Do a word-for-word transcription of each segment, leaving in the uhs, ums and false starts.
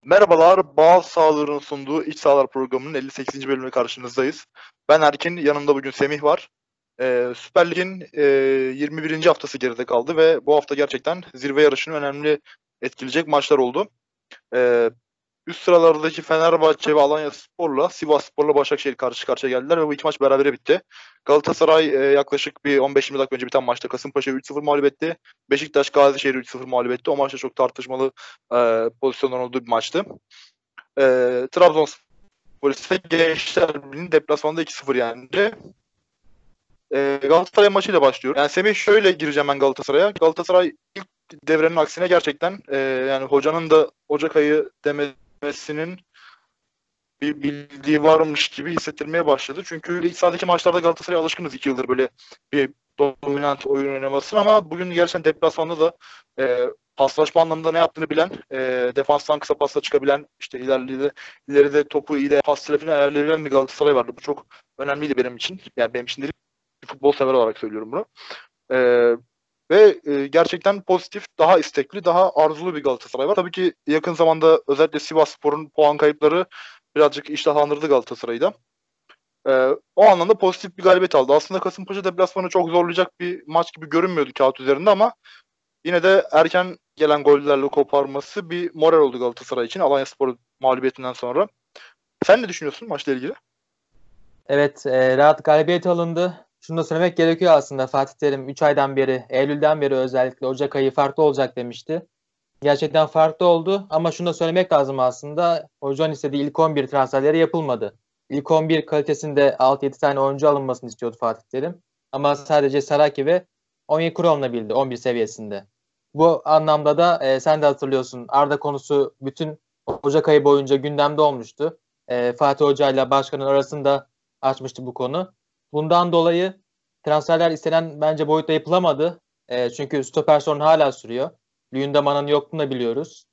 Merhabalar, Bağ Sağlar'ın sunduğu İç Sahalar programının elli sekizinci bölümüne karşınızdayız. Ben Erkin, yanımda bugün Semih var. Ee, Süper Lig'in e, yirmi birinci haftası geride kaldı ve bu hafta gerçekten zirve yarışını önemli etkileyecek maçlar oldu. Ee, Üst sıralardaki Fenerbahçe ve Alanyaspor'la Sivasspor'la Başakşehir karşı karşıya geldiler ve bu iki maç berabere bitti. Galatasaray e, yaklaşık bir on beş yirmi dakika önce biten maçta Kasımpaşa'yı üç sıfır mağlup etti. Beşiktaş Gazişehir'i üç sıfır mağlup etti. O maçta çok tartışmalı e, pozisyonlar olduğu bir maçtı. E, Trabzonspor ise Gençler Birliği'nin deplasmanda iki sıfır yendi. E, Galatasaray maçıyla başlıyor. Yani Semih, şöyle gireceğim ben Galatasaray'a. Galatasaray ilk devrenin aksine gerçekten e, yani hocanın da Ocak ayı demesinin bir bildiği varmış gibi hissettirmeye başladı. Çünkü ilk sahadaki maçlarda Galatasaray'a alışkınız iki yıldır böyle bir dominant oyun oynamasına, ama bugün gerçekten deplasmanda da e, paslaşma anlamında ne yaptığını bilen, e, defanstan kısa pasla çıkabilen, işte ileride, ileride topu iyi de pas trafiğini ayarlayabilen bir Galatasaray vardı. Bu çok önemliydi benim için. Yani benim için değil, bir futbol sever olarak söylüyorum bunu. E, Ve e, gerçekten pozitif, daha istekli, daha arzulu bir Galatasaray var. Tabii ki yakın zamanda özellikle Sivasspor'un puan kayıpları birazcık iştahlandırdı Galatasaray'ı da. Ee, o anlamda pozitif bir galibiyet aldı. Aslında Kasımpaşa deplasmanı çok zorlayacak bir maç gibi görünmüyordu kağıt üzerinde, ama yine de erken gelen gollerle koparması bir moral oldu Galatasaray için Alanyaspor mağlubiyetinden sonra. Sen ne düşünüyorsun maçla ilgili? Evet, e, rahat galibiyet alındı. Şunu da söylemek gerekiyor aslında. Fatih Terim üç aydan beri, Eylül'den beri özellikle Ocak ayı farklı olacak demişti. Gerçekten farklı oldu ama şunu da söylemek lazım aslında. Hocanın istediği ilk on bir transferleri yapılmadı. İlk on bir kalitesinde altı yedi tane oyuncu alınmasını istiyordu Fatih Terim. Ama sadece Saraki ve Onyekuru alınabildi on bir seviyesinde. Bu anlamda da e, sen de hatırlıyorsun, Arda konusu bütün Ocak ayı boyunca gündemde olmuştu. E, Fatih Hoca ile başkanın arasında açmıştı bu konu. Bundan dolayı transferler istenen bence boyutta yapılamadı. E, çünkü stoper sorunu hala sürüyor. Luyendama'nın yokluğunu da biliyoruz.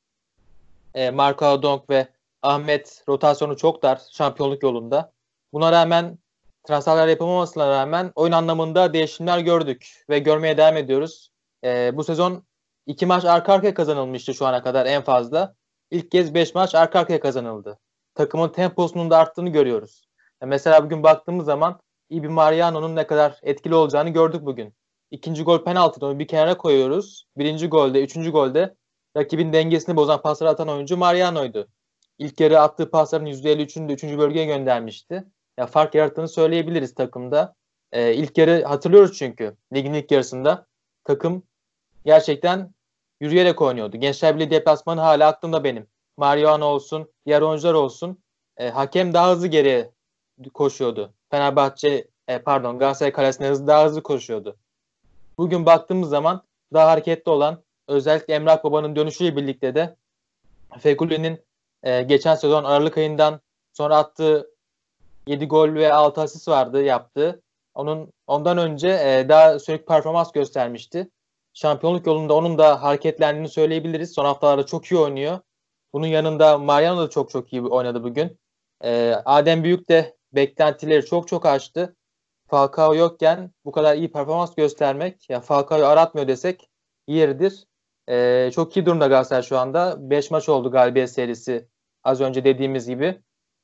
E, Marco Adonk ve Ahmet rotasyonu çok dar şampiyonluk yolunda. Buna rağmen transferler yapılmamasına rağmen oyun anlamında değişimler gördük ve görmeye devam ediyoruz. E, bu sezon iki maç arka arkaya kazanılmıştı şu ana kadar en fazla. İlk kez beş maç arka arkaya kazanıldı. Takımın temposunun da arttığını görüyoruz. E, mesela bugün baktığımız zaman Ibi Mariano'nun ne kadar etkili olacağını gördük bugün. İkinci gol penaltı, onu bir kenara koyuyoruz. Birinci golde, üçüncü golde rakibin dengesini bozan pasları atan oyuncu Mariano'ydu. İlk yarı attığı pasların yüzde elli üçünü de üçüncü bölgeye göndermişti. Ya fark yarattığını söyleyebiliriz takımda. Ee, ilk yarı hatırlıyoruz çünkü. Ligin ilk yarısında takım gerçekten yürüyerek oynuyordu. Gençler Birliği deplasmanı hala aklımda benim. Mariano olsun, diğer oyuncular olsun. E, hakem daha hızlı geriye koşuyordu. Fenerbahçe, e, pardon Galatasaray kalesine hızlı, daha hızlı koşuyordu. Bugün baktığımız zaman daha hareketli olan, özellikle Emrah Baba'nın dönüşüyle birlikte de Fegüli'nin e, geçen sezon Aralık ayından sonra attığı yedi gol ve altı asist vardı yaptığı. Onun ondan önce e, daha sürekli performans göstermişti. Şampiyonluk yolunda onun da hareketlendiğini söyleyebiliriz. Son haftalarda çok iyi oynuyor. Bunun yanında Mariano da çok çok iyi oynadı bugün. E, Adem Büyük de beklentileri çok çok aştı. Falcao yokken bu kadar iyi performans göstermek, ya Falcao'yu aratmıyor desek yeridir. Ee, çok iyi durumda Galatasaray şu anda. beş maç oldu galibiyet serisi. Az önce dediğimiz gibi.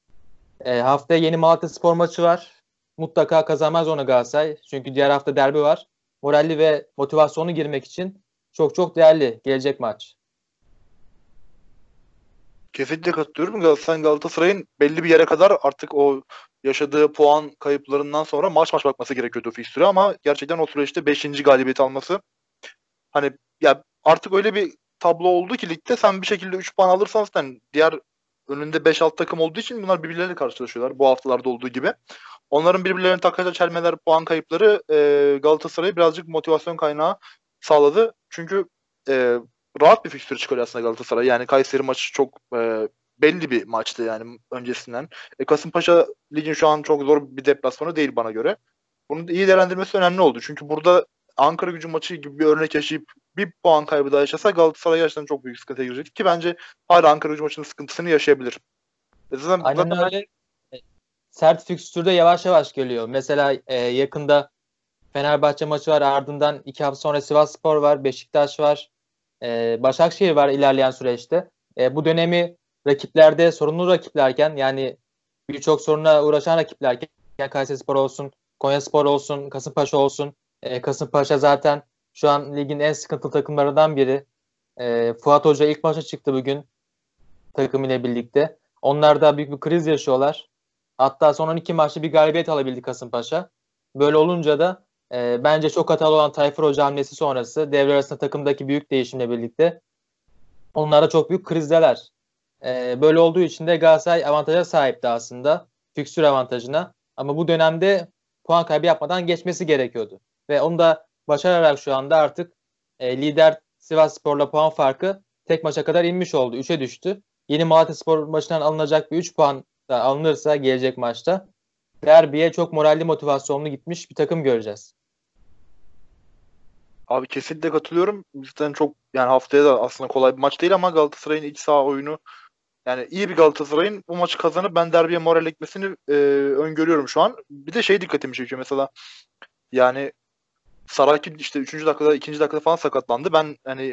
Ee, haftaya yeni Malatyaspor maçı var. Mutlaka kazanmaz onu Galatasaray. Çünkü diğer hafta derbi var. Moralli ve motivasyonu girmek için çok çok değerli gelecek maç. Kesinlikle katılıyorum. Galatasaray, Galatasaray'ın belli bir yere kadar artık o yaşadığı puan kayıplarından sonra maç maç bakması gerekiyordu fikstüre, ama gerçekten o süreçte beşinci galibiyet alması, hani ya artık öyle bir tablo oldu ki ligde, sen bir şekilde üç puan alırsan zaten diğer önünde beş alt takım olduğu için bunlar birbirleriyle karşılaşıyorlar bu haftalarda olduğu gibi. Onların birbirlerine takaça çelmeler, puan kayıpları e, Galatasaray'a birazcık motivasyon kaynağı sağladı. Çünkü e, rahat bir fikstür çıkarıyor aslında Galatasaray. Yani Kayseri maçı çok e, belli bir maçtı yani öncesinden. E, Kasımpaşa ligin şu an çok zor bir deplasmanı değil bana göre. Bunu iyi değerlendirmesi önemli oldu. Çünkü burada Ankara Gücü maçı gibi bir örnek yaşayıp bir puan kaybı daha yaşasa Galatasaray gerçekten çok büyük sıkıntıya girecek. Ki bence hala Ankara Gücü maçının sıkıntısını yaşayabilir. E zaten, Aynen zaten öyle. Sert fikstürde yavaş yavaş geliyor. Mesela e, yakında Fenerbahçe maçı var. Ardından iki hafta sonra Sivasspor var. Beşiktaş var. E, Başakşehir var ilerleyen süreçte. E, bu dönemi rakiplerde sorunlu rakiplerken, yani birçok soruna uğraşan rakiplerken, Kayserispor olsun, Konyaspor olsun, Kasımpaşa olsun. E, Kasımpaşa zaten şu an ligin en sıkıntılı takımlarından biri. E, Fuat Hoca ilk maça çıktı bugün takımıyla birlikte. Onlar da büyük bir kriz yaşıyorlar. Hatta son on iki maçta bir galibiyet alabildi Kasımpaşa. Böyle olunca da e, bence çok hatalı olan Tayfur Hoca hamlesi sonrası devre arasında takımdaki büyük değişimle birlikte onlar da çok büyük krizdeler. E, böyle olduğu için de Galatasaray avantaja sahipti aslında. Fikstür avantajına. Ama bu dönemde puan kaybı yapmadan geçmesi gerekiyordu. Ve onu da başararak şu anda artık e, lider Sivasspor'la puan farkı tek maça kadar inmiş oldu. üçe düştü. Yeni Malatyaspor maçından alınacak bir üç puan da alınırsa gelecek maçta derbiye çok moralli, motivasyonlu gitmiş bir takım göreceğiz. Abi kesinlikle katılıyorum. Bizden çok yani haftaya da aslında kolay bir maç değil ama Galatasaray'ın iç saha oyunu, yani iyi bir Galatasaray'ın bu maçı kazanıp ben derbiye moral ekmesini e, öngörüyorum şu an. Bir de şey dikkatimi çekiyor mesela, yani Saraykin işte üçüncü dakikada ikinci dakikada falan sakatlandı. Ben hani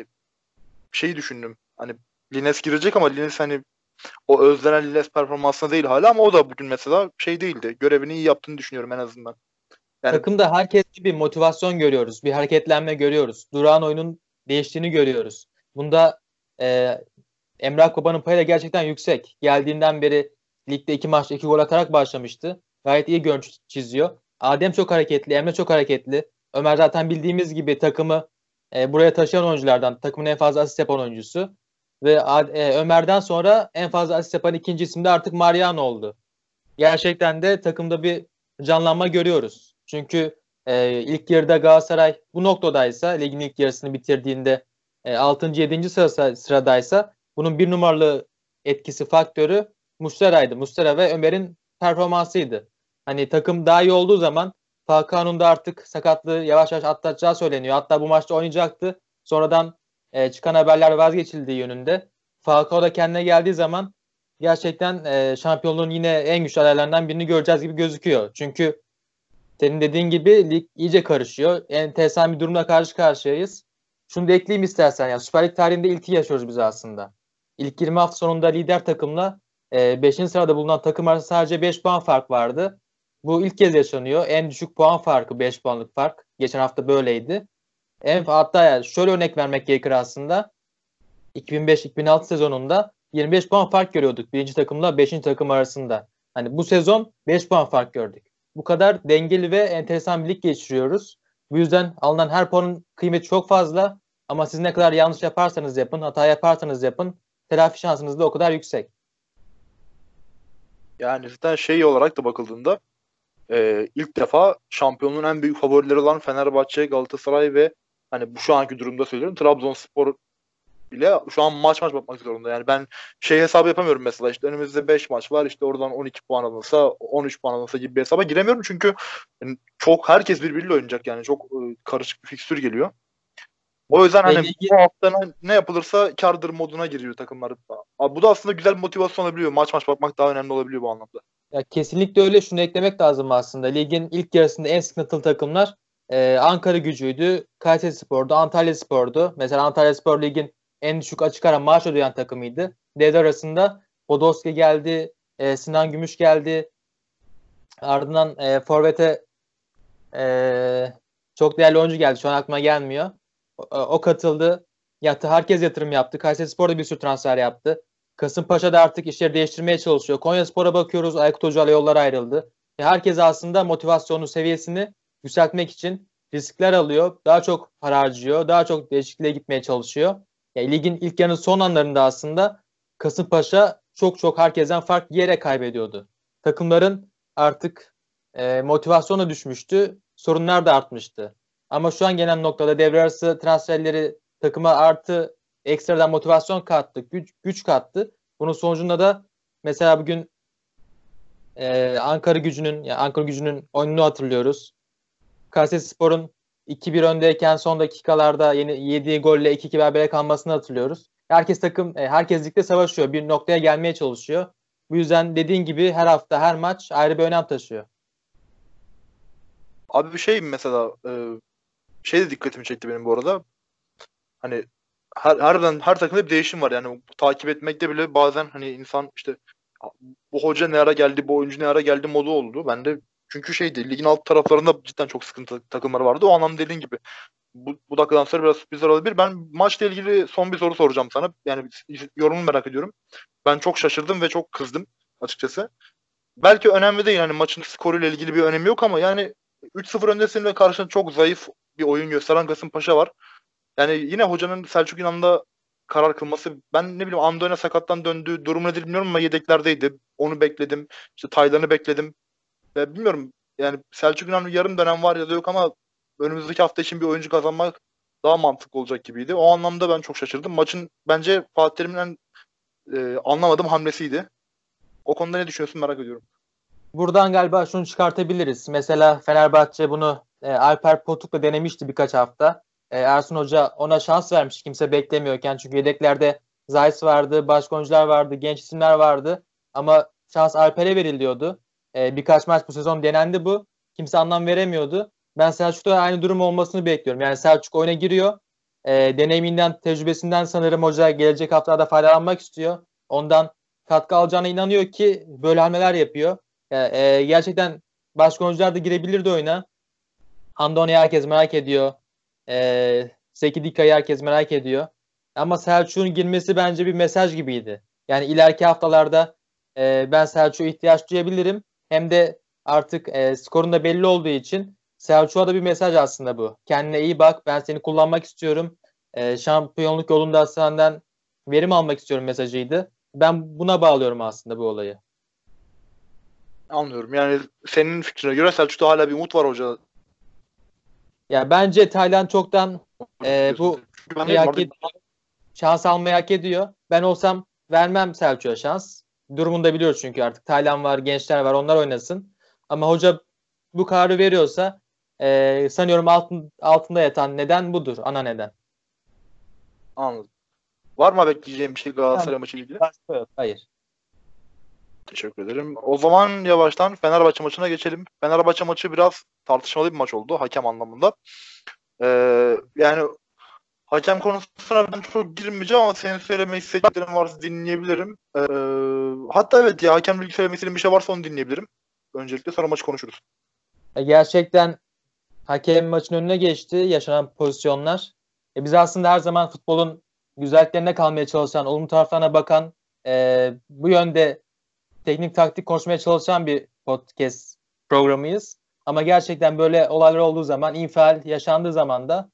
şeyi düşündüm. Hani Lines girecek ama Lines hani o özlenen Lines performansına değil hala, ama o da bugün mesela şey değildi. Görevini iyi yaptığını düşünüyorum en azından. Yani Takımda herkeste bir motivasyon görüyoruz. Bir hareketlenme görüyoruz. Durağan oyunun değiştiğini görüyoruz. Bunda e, Emrah Baba'nın payı da gerçekten yüksek. Geldiğinden beri ligde iki maçta iki gol atarak başlamıştı. Gayet iyi görüntü çiziyor. Adem çok hareketli, Emre çok hareketli. Ömer zaten bildiğimiz gibi takımı e, buraya taşıyan oyunculardan. Takımın en fazla asist yapan oyuncusu. Ve e, Ömer'den sonra en fazla asist yapan ikinci isim de artık Mariano oldu. Gerçekten de takımda bir canlanma görüyoruz. Çünkü e, ilk yarıda Galatasaray bu noktadaysa, ligin ilk yarısını bitirdiğinde e, altıncı. yedinci sırası, sıradaysa bunun bir numaralı etkisi, faktörü Muslera'ydı. Muslera ve Ömer'in performansıydı. Hani takım daha iyi olduğu zaman Falcao'nun da artık sakatlığı yavaş yavaş atlatacağı söyleniyor. Hatta bu maçta oynayacaktı. Sonradan e, çıkan haberler vazgeçildiği yönünde. Falcao da kendine geldiği zaman gerçekten e, şampiyonluğun yine en güçlü adaylarından birini göreceğiz gibi gözüküyor. Çünkü senin dediğin gibi lig iyice karışıyor. Enteresan bir durumla karşı karşıyayız. Şunu da ekleyeyim istersen. Yani Süper Lig tarihinde ilki yaşıyoruz biz aslında. İlk yirmi hafta sonunda lider takımla e, beşinci sırada bulunan takım arasında sadece beş puan fark vardı. Bu ilk kez yaşanıyor. En düşük puan farkı beş puanlık fark. Geçen hafta böyleydi. En, hatta yani şöyle örnek vermek gerekir aslında. iki bin beş iki bin altı sezonunda yirmi beş puan fark görüyorduk birinci takımla beşinci takım arasında. Hani bu sezon beş puan fark gördük. Bu kadar dengeli ve enteresan bir lig geçiriyoruz. Bu yüzden alınan her puanın kıymeti çok fazla. Ama siz ne kadar yanlış yaparsanız yapın, hata yaparsanız yapın, telafi şansınız da o kadar yüksek. yani zaten şey olarak da bakıldığında e, ilk defa şampiyonluğun en büyük favorileri olan Fenerbahçe, Galatasaray ve hani bu şu anki durumda söylüyorum Trabzonspor bile şu an maç maç bakmak zorunda. Yani ben şey hesabı yapamıyorum mesela, işte önümüzde beş maç var, işte oradan on iki puan alınsa on üç puan alınsa gibi bir hesaba giremiyorum çünkü yani çok herkes birbiriyle oynayacak, yani çok e, karışık bir fikstür geliyor. O yüzden Ve hani ligin, bu hafta ne, ne yapılırsa kârdır moduna giriyor takımlar. Abi bu da aslında güzel bir motivasyon olabiliyor. Maç maç bakmak daha önemli olabiliyor bu anlamda. ya kesinlikle öyle, şunu eklemek lazım aslında. Ligin ilk yarısında en sıkıntılı takımlar e, Ankara Gücü'ydü, Kayserispor'du, Antalyaspor'du. Mesela Antalyaspor ligin en düşük açık ara maaş ödeyen takımıydı. Devre arasında Podolski geldi, e, Sinan Gümüş geldi. Ardından e, Forvet'e e, çok değerli oyuncu geldi. Şu an aklıma gelmiyor. O, o katıldı. Yattı. Herkes yatırım yaptı. Kayserispor da bir sürü transfer yaptı. Kasımpaşa da artık işleri değiştirmeye çalışıyor. Konyaspor'a bakıyoruz. Aykut Hoca'yla yollar ayrıldı. E, herkes aslında motivasyonu seviyesini yükseltmek için riskler alıyor. Daha çok para harcıyor. Daha çok değişikliğe gitmeye çalışıyor. Ya, ligin ilk yarının son anlarında aslında Kasımpaşa çok çok herkesten fark yiyerek kaybediyordu. Takımların artık e, motivasyonu düşmüştü. Sorunlar da artmıştı. Ama şu an gelen noktada devre arası transferleri takıma artı ekstradan motivasyon kattı, güç, güç kattı. Bunun sonucunda da mesela bugün e, Ankara Gücü'nün yani Ankara Gücü'nün oyununu hatırlıyoruz. Kayserispor'un iki bir öndeyken son dakikalarda yeni yediği golle iki iki berabere kalmasını hatırlıyoruz. Herkes takım e, herkes ligde savaşıyor. Bir noktaya gelmeye çalışıyor. Bu yüzden dediğin gibi her hafta her maç ayrı bir önem taşıyor. Abi bir şey mesela e, şey de dikkatimi çekti benim bu arada. Hani her harbiden her takımda bir değişim var. Yani takip etmekte bile bazen hani insan işte bu hoca ne ara geldi, bu oyuncu ne ara geldi modu oldu. Ben de çünkü şeydi ligin alt taraflarında cidden çok sıkıntı takımlar vardı. O anlamda dediğin gibi bu, bu dakikadan sonra biraz sürprizler olabilir. Ben maçla ilgili son bir soru soracağım sana. Yani yorumunu merak ediyorum. Ben çok şaşırdım ve çok kızdım açıkçası. Belki önemli değil. Yani maçın skoruyla ilgili bir önemi yok ama yani üç sıfır öndesin ve karşında çok zayıf bir oyun gösteren Kasımpaşa var. Yani yine hocanın Selçuk İnan'da karar kılması, ben ne bileyim Andone sakattan döndü, durum nedir bilmiyorum ama yedeklerdeydi. Onu bekledim. İşte Taylan'ı bekledim. Ve bilmiyorum yani Selçuk İnan yarım dönem var ya da yok ama önümüzdeki hafta için bir oyuncu kazanmak daha mantıklı olacak gibiydi. O anlamda ben çok şaşırdım. Maçın bence Fatih Terim'in en e, anlamadığım hamlesiydi. O konuda ne düşünüyorsun merak ediyorum. Buradan galiba şunu çıkartabiliriz. Mesela Fenerbahçe bunu e, Alper Potuk'la denemişti birkaç hafta. E, Ersun Hoca ona şans vermiş kimse beklemiyorken. Çünkü yedeklerde Zayt vardı, başka oyuncular vardı, genç isimler vardı. Ama şans Alper'e veriliyordu. E, birkaç maç bu sezon denendi bu. Kimse anlam veremiyordu. Ben Selçuk'ta aynı durum olmasını bekliyorum. Yani Selçuk oyuna giriyor. E, deneyiminden, tecrübesinden sanırım hoca gelecek haftalarda faydalanmak istiyor. Ondan katkı alacağına inanıyor ki böyle hamleler yapıyor. Ya, e, gerçekten başka oyuncular da girebilirdi oyuna. Andone'yi herkes merak ediyor. E, Zeki Dika'yı herkes merak ediyor. Ama Selçuk'un girmesi bence bir mesaj gibiydi. Yani ileriki haftalarda e, ben Selçuk'a ihtiyaç duyabilirim. Hem de artık e, skorun da belli olduğu için Selçuk'a da bir mesaj aslında bu. Kendine iyi bak, ben seni kullanmak istiyorum. E, şampiyonluk yolunda senden verim almak istiyorum mesajıydı. Ben buna bağlıyorum aslında bu olayı. Anlıyorum. Yani senin fikrine göre Selçuk'ta hala bir umut var hoca. Ya bence Taylan çoktan e, Diyorsun. bu Çünkü ben şeyi değilim hak orada. ed- şans almayı hak ediyor. Ben olsam vermem Selçuk'a şans. Durumunu da biliyoruz çünkü artık Taylan var, gençler var, onlar oynasın. Ama hoca bu kararı veriyorsa e, sanıyorum altın, altında yatan neden budur, ana neden. Anladım. Var mı bekleyeceğim bir şey Yani, Galatasaray maçı ile ilgili? başka yok. Hayır. Teşekkür ederim. O zaman yavaştan Fenerbahçe maçına geçelim. Fenerbahçe maçı biraz tartışmalı bir maç oldu hakem anlamında. Ee, yani hakem konusuna ben çok girmeyeceğim ama senin söylemek istediklerin varsa dinleyebilirim. Ee, hatta evet ya hakemle ilgili söylemek istediğin bir şey varsa onu dinleyebilirim. Öncelikle sonra maçı konuşuruz. E, gerçekten hakem maçın önüne geçti yaşanan pozisyonlar. E, biz aslında her zaman futbolun güzelliklerine kalmaya çalışan, olumlu taraflarına bakan, e, bu yönde teknik taktik konuşmaya çalışan bir podcast programıyız. Ama gerçekten böyle olaylar olduğu zaman, infial yaşandığı zaman da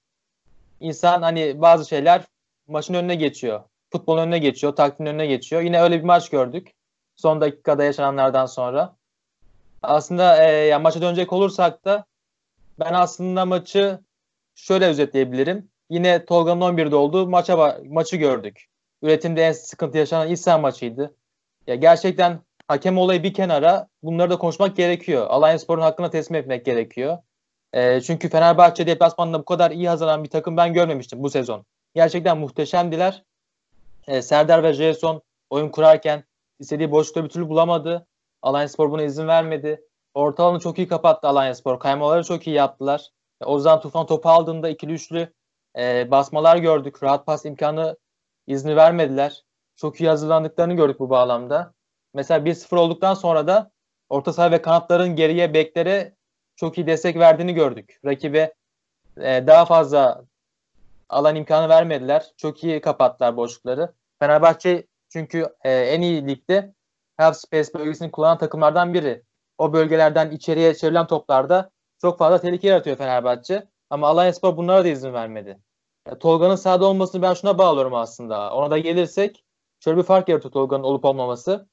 insan hani bazı şeyler maçın önüne geçiyor. Futbolun önüne geçiyor, taktiğin önüne geçiyor. Yine öyle bir maç gördük. Son dakikada yaşananlardan sonra. Aslında e, yani maça dönecek olursak da ben aslında maçı şöyle özetleyebilirim. Yine Tolga'nın on birde olduğu maça maçı gördük. Üretimde en sıkıntı yaşanan İhsan maçıydı. Ya gerçekten hakem olayı bir kenara, bunları da konuşmak gerekiyor. Alanyaspor'un hakkını teslim etmek gerekiyor. E, çünkü Fenerbahçe deplasmanında bu kadar iyi hazırlanan bir takım ben görmemiştim bu sezon. Gerçekten muhteşemdiler. E, Serdar ve Jason oyun kurarken istediği boşlukta bir türlü bulamadı. Alanyaspor buna izin vermedi. Orta alanı çok iyi kapattı Alanyaspor. Kaymaları çok iyi yaptılar. E, Ozan Tufan topu aldığında ikili üçlü e, basmalar gördük. Rahat pas imkanı izni vermediler. Çok iyi hazırlandıklarını gördük bu bağlamda. Mesela bir sıfır olduktan sonra da orta saha ve kanatların geriye beklere çok iyi destek verdiğini gördük. Rakibe e, daha fazla alan imkanı vermediler. Çok iyi kapattılar boşlukları. Fenerbahçe çünkü e, en iyi ligde half space bölgesini kullanan takımlardan biri. O bölgelerden içeriye çevrilen toplarda çok fazla tehlike yaratıyor Fenerbahçe. Ama Alanyaspor bunlara da izin vermedi. E, Tolga'nın sahada olmasını ben şuna bağlıyorum aslında. Ona da gelirsek şöyle bir fark yaratıyor Tolga'nın olup olmaması.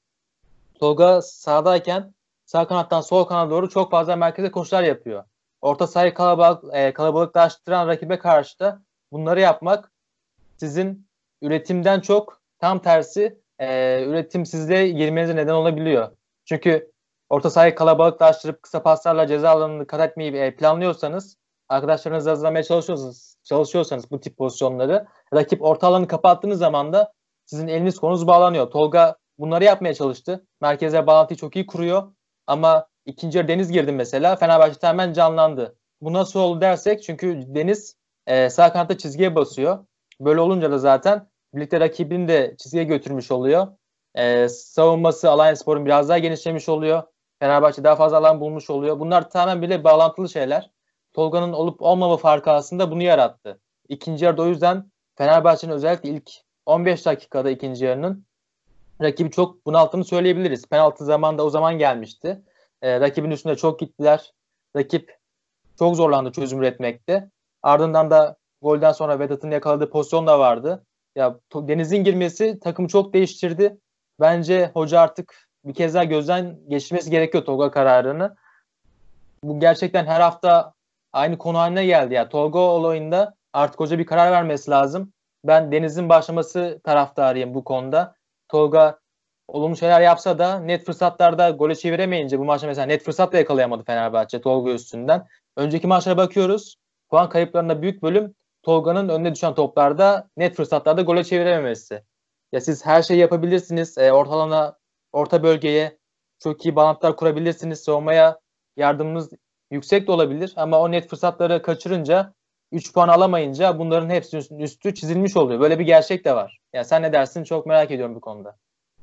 Tolga sahadayken sağ kanattan sol kanada doğru çok fazla merkeze koşular yapıyor. Orta sahayı kalabalık, e, kalabalıklaştıran rakibe karşı da bunları yapmak sizin üretimden çok tam tersi e, üretimsizliğe girmenize neden olabiliyor. Çünkü orta sahayı kalabalıklaştırıp kısa paslarla ceza alanını kat etmeyi e, planlıyorsanız, arkadaşlarınızla hazırlamaya çalışıyorsanız, çalışıyorsanız bu tip pozisyonları, rakip orta alanı kapattığınız zaman da sizin eliniz kolunuz bağlanıyor. Tolga bunları yapmaya çalıştı. Merkeze bağlantıyı çok iyi kuruyor. Ama ikinci yarı Deniz girdi mesela. Fenerbahçe tamamen canlandı. Bu nasıl oldu dersek çünkü Deniz e, sağ kanatta çizgiye basıyor. Böyle olunca da zaten birlikte rakibini de çizgiye götürmüş oluyor. Ee, savunması Alanyaspor'un biraz daha genişlemiş oluyor. Fenerbahçe daha fazla alan bulmuş oluyor. Bunlar tamamen bile bağlantılı şeyler. Tolga'nın olup olmama farkı aslında bunu yarattı. İkinci yarıda o yüzden Fenerbahçe'nin özellikle ilk on beş dakikada ikinci yarının rakibi çok bunalttığını söyleyebiliriz. Penaltı zamanında o zaman gelmişti. Ee, rakibin üstünde çok gittiler. Rakip çok zorlandı çözüm üretmekte. Ardından da golden sonra Vedat'ın yakaladığı pozisyon da vardı. Ya Deniz'in girmesi takımı çok değiştirdi. Bence hoca artık bir kez daha gözden geçirmesi gerekiyor Tolga kararını. Bu gerçekten her hafta aynı konu haline geldi. Ya Tolga olayında artık hoca bir karar vermesi lazım. Ben Deniz'in başlaması taraftarıyım bu konuda. Tolga olumlu şeyler yapsa da net fırsatlarda gole çeviremeyince bu maçta mesela net fırsat da yakalayamadı Fenerbahçe Tolga üstünden. Önceki maçlara bakıyoruz. Puan kayıplarında büyük bölüm Tolga'nın önüne düşen toplarda net fırsatlarda gole çevirememesi. Ya siz her şeyi yapabilirsiniz. E, ortalama orta bölgeye çok iyi bağlantılar kurabilirsiniz. Savunmaya yardımınız yüksek de olabilir ama o net fırsatları kaçırınca üç puan alamayınca bunların hepsinin üstü çizilmiş oluyor. Böyle bir gerçek de var. Ya sen ne dersin? Çok merak ediyorum bu konuda.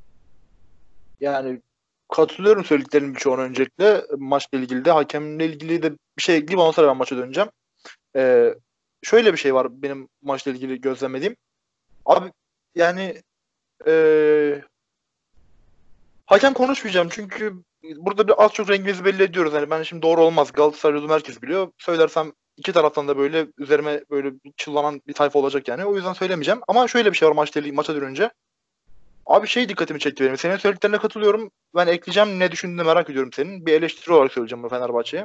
Yani katılıyorum söylediklerinin birçoğuna öncelikle. Maçla ilgili de hakemle ilgili de bir şey ekleyeyim, ondan sonra ben maça döneceğim. Ee, şöyle bir şey var benim maçla ilgili gözlemlediğim. Abi yani ee, hakem konuşmayacağım çünkü burada bir az çok rengimizi belli ediyoruz. Yani ben şimdi doğru olmaz. Galatasaray'ı herkes biliyor. Söylersem iki taraftan da böyle üzerime böyle çıllanan bir tayfa olacak yani. O yüzden söylemeyeceğim. Ama şöyle bir şey var maçla ilgili, maça dönünce. Abi şey dikkatimi çekti benim. Senin söylediklerine katılıyorum. Ben ekleyeceğim, ne düşündüğünü merak ediyorum senin. Bir eleştiri olarak söyleyeceğim bu Fenerbahçe'ye.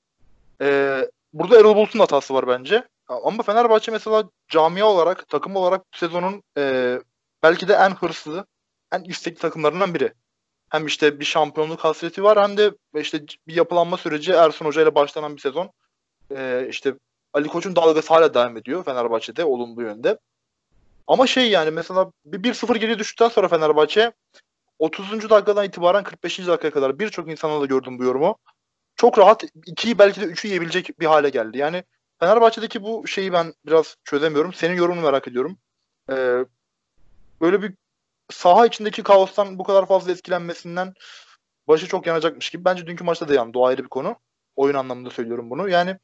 Ee, burada Erol Bulut'un hatası var bence. Ama Fenerbahçe mesela camia olarak, takım olarak bu sezonun e, belki de en hırslı, en istekli takımlarından biri. Hem işte bir şampiyonluk hasreti var, hem de işte bir yapılanma süreci, Ersun Hoca ile başlanan bir sezon. Ee, işte Ali Koç'un dalgası hala devam ediyor Fenerbahçe'de olumlu yönde. Ama şey yani mesela bir bir sıfır geri düştükten sonra Fenerbahçe otuzuncu dakikadan itibaren kırk beşinci dakikaya kadar birçok insana da gördüm bu yorumu. Çok rahat ikiyi belki de üçü yiyebilecek bir hale geldi. Yani Fenerbahçe'deki bu şeyi ben biraz çözemiyorum. Senin yorumunu merak ediyorum. Ee, böyle bir saha içindeki kaostan bu kadar fazla etkilenmesinden başı çok yanacakmış gibi. Bence dünkü maçta da yandı. O ayrı bir konu. Oyun anlamında söylüyorum bunu. Yani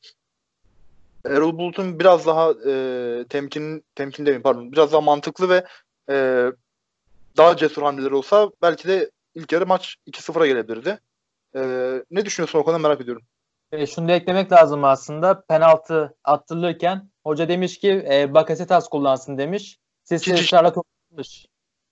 Erol Bulut'un biraz daha e, temkin temkin demeyeyim pardon. Biraz daha mantıklı ve e, daha cesur hamleler olsa belki de ilk yarı maç iki sıfıra gelebilirdi. Ee, ne düşünüyorsun o konuda, merak ediyorum. E, şunu da eklemek lazım aslında. Penaltı attırılırken hoca demiş ki e, Bakasetas kullansın demiş. Sisi İkinci ısrarla kullanmış.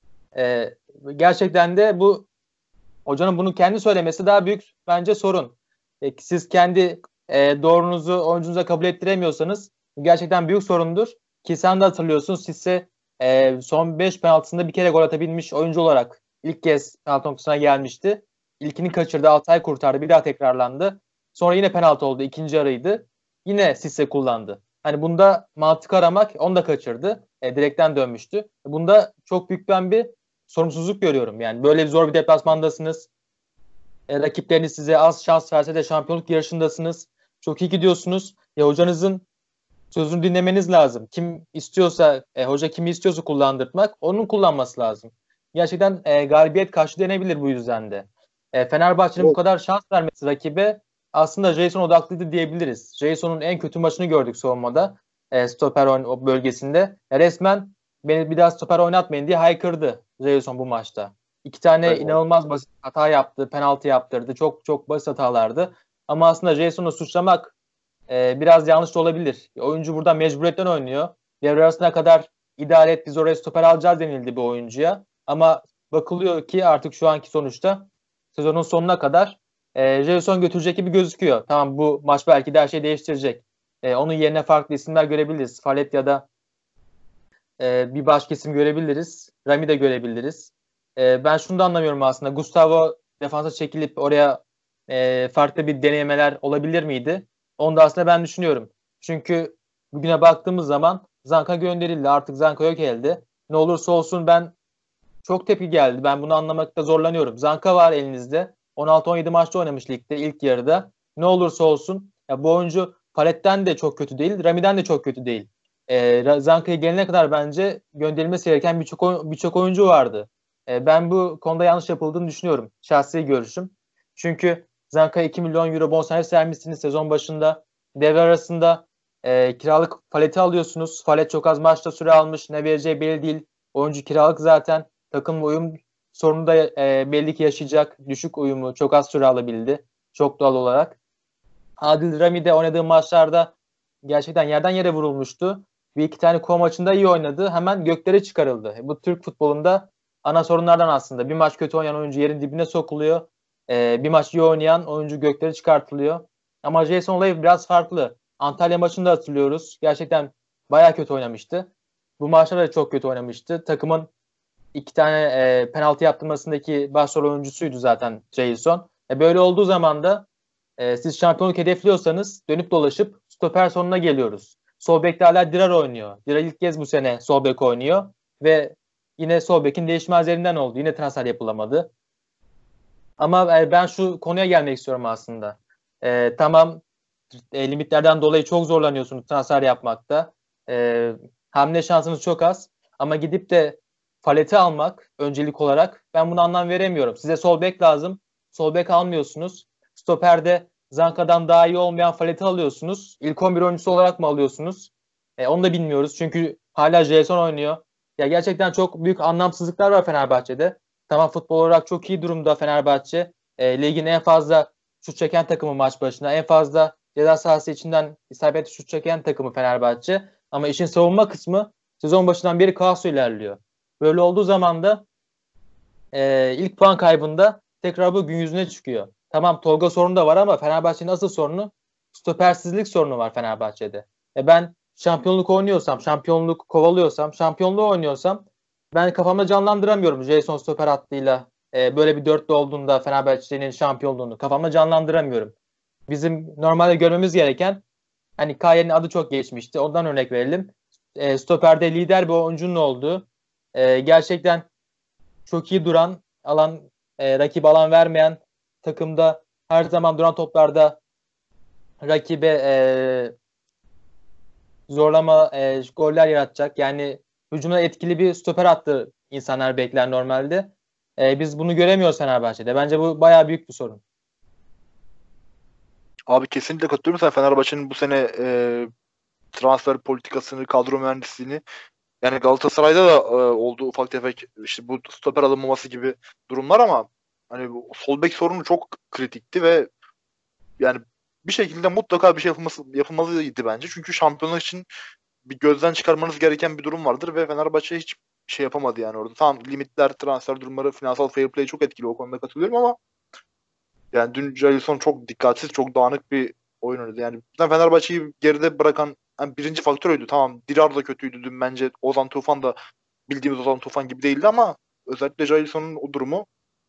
E, gerçekten de bu hocanın bunu kendi söylemesi daha büyük bence sorun. E, siz kendi e, doğrunuzu oyuncunuza kabul ettiremiyorsanız gerçekten büyük sorundur. Ki sen de hatırlıyorsun Sisse e, son beş penaltısında bir kere gol atabilmiş oyuncu olarak ilk kez penaltı noktasına gelmişti. İlkini kaçırdı, Altay kurtardı, bir daha tekrarlandı. Sonra yine penaltı oldu, ikinci yarıydı. Yine Sisse kullandı. Hani bunda mantık aramak, onu da kaçırdı. E, direkten dönmüştü. Bunda çok büyük ben bir sorumsuzluk görüyorum. Yani böyle bir zor bir deplasmandasınız. E, rakipleriniz size az şans verse de şampiyonluk yarışındasınız. Çok iyi gidiyorsunuz. Ya hocanızın sözünü dinlemeniz lazım. Kim istiyorsa, e, hoca kimi istiyorsa kullandırtmak, onun kullanması lazım. Gerçekten e, galibiyet kaçtı denebilir bu yüzden de. E, Fenerbahçe'nin bu kadar şans vermesi rakibe aslında Jason odaklıydı diyebiliriz. Jason'un en kötü maçını gördük savunmada. E, stoper o bölgesinde. E, resmen beni bir daha stoper oynatmayın diye haykırdı Jason bu maçta. İki tane Evet. inanılmaz basit hata yaptı. Penaltı yaptırdı. Çok çok basit hatalardı. Ama aslında Jason'u suçlamak e, biraz yanlış da olabilir. Oyuncu burada mecburiyetten oynuyor. Devre arasına kadar idare et, biz oraya stoper alacağız denildi bir oyuncuya. Ama bakılıyor ki artık şu anki sonuçta sezonun sonuna kadar e, Jason götürecek gibi gözüküyor. Tamam, bu maç belki de her şeyi değiştirecek. E, onun yerine farklı isimler görebiliriz. Falet ya da e, bir başka isim görebiliriz. Rami de görebiliriz. E, ben şunu da anlamıyorum aslında. Gustavo defansa çekilip oraya e, farklı bir denemeler olabilir miydi? Onu da aslında ben düşünüyorum. Çünkü bugüne baktığımız zaman Zanka gönderildi. Artık Zanka yok elde. Ne olursa olsun ben çok tepki geldi. Ben bunu anlamakta zorlanıyorum. Zanka var elinizde. on altı on yedi maçta oynamış ligde ilk yarıda. Ne olursa olsun ya bu oyuncu Palet'ten de çok kötü değil, Rami'den de çok kötü değil. E, Zanka'ya gelene kadar bence gönderilmesi gereken birçok birçok oyuncu vardı. E, ben bu konuda yanlış yapıldığını düşünüyorum. Şahsi görüşüm. Çünkü Zanka'ya iki milyon euro bonservis vermişsiniz sezon başında. Devre arasında e, kiralık Fallet'i alıyorsunuz. Fallet çok az maçta süre almış. Ne vereceği belli değil. Oyuncu kiralık zaten. Takımla uyum sorunu da e, belli ki yaşayacak. Düşük uyumu, çok az süre alabildi. Çok doğal olarak. Adil Rami de oynadığı maçlarda gerçekten yerden yere vurulmuştu. Bir iki tane Kova maçında iyi oynadı. Hemen göklere çıkarıldı. Bu Türk futbolunda ana sorunlardan aslında. Bir maç kötü oynayan oyuncu yerin dibine sokuluyor. Ee, bir maç iyi oynayan oyuncu göklere çıkartılıyor. Ama Jason olayı biraz farklı. Antalya maçında hatırlıyoruz. Gerçekten bayağı kötü oynamıştı. Bu maçta da çok kötü oynamıştı. Takımın iki tane e, penaltı yaptırmasındaki başrol oyuncusuydu zaten Jason. E, böyle olduğu zaman da e, siz şampiyonluk hedefliyorsanız dönüp dolaşıp stoper sonuna geliyoruz. Sol bekte hala Dirar oynuyor. Dirar ilk kez bu sene sol bek oynuyor ve yine sol bekin değişmezlerinden oldu. Yine transfer yapılamadı. Ama e, ben şu konuya gelmek istiyorum aslında. E, tamam e, limitlerden dolayı çok zorlanıyorsunuz transfer yapmakta. E, hamle şansınız çok az. Ama gidip de Fallet'i almak öncelik olarak ben buna anlam veremiyorum. Size sol bek lazım. Sol bek almıyorsunuz. Stoper'de Zanka'dan daha iyi olmayan Fallet'i alıyorsunuz. İlk on bir oyuncusu olarak mı alıyorsunuz? E, onu da bilmiyoruz. Çünkü hala Jason oynuyor. Ya gerçekten çok büyük anlamsızlıklar var Fenerbahçe'de. Tamam futbol olarak çok iyi durumda Fenerbahçe. E, ligin en fazla şut çeken takımı maç başına. En fazla ceza sahası içinden isabetli şut çeken takımı Fenerbahçe. Ama işin savunma kısmı sezon başından beri kaosu ilerliyor. Böyle olduğu zaman da e, ilk puan kaybında tekrar bu gün yüzüne çıkıyor. Tamam Tolga sorunu da var ama Fenerbahçe'nin asıl sorunu stopersizlik sorunu var Fenerbahçe'de. E ben şampiyonluk oynuyorsam, şampiyonluk kovalıyorsam, şampiyonluğu oynuyorsam ben kafamda canlandıramıyorum Jason stoper hattıyla e, böyle bir dörtlü olduğunda Fenerbahçe'nin şampiyonluğunu kafamda canlandıramıyorum. Bizim normalde görmemiz gereken hani Kaye'nin adı çok geçmişti. Ondan örnek verelim. E, stoperde lider bir oyuncunun olduğu e, gerçekten çok iyi duran alan e, rakip alan vermeyen takımda her zaman duran toplarda rakibe e, zorlama e, goller yaratacak. Yani hücumda etkili bir stoper attı insanlar bekler normalde. E, biz bunu göremiyoruz Fenerbahçe'de. Bence bu bayağı büyük bir sorun. Abi kesinlikle katılıyorum. Sen Fenerbahçe'nin bu sene e, transfer politikasını, kadro mühendisliğini yani Galatasaray'da da e, oldu ufak tefek işte bu stoper alınmaması gibi durumlar ama hani bu sol bek sorunu çok kritikti ve yani bir şekilde mutlaka bir şey yapılması yapılmalıydı bence. Çünkü şampiyonluk için bir gözden çıkarmanız gereken bir durum vardır ve Fenerbahçe hiç şey yapamadı yani orada. Tamam limitler, transfer durumları, finansal fair play çok etkili o konuda katılıyorum ama yani dün Jailson çok dikkatsiz, çok dağınık bir oyun oynadı. Yani Fenerbahçe'yi geride bırakan yani birinci faktör oydu. Tamam Dirar da kötüydü dün bence. Ozan Tufan da bildiğimiz Ozan Tufan gibi değildi ama özellikle Jailson'un o durumu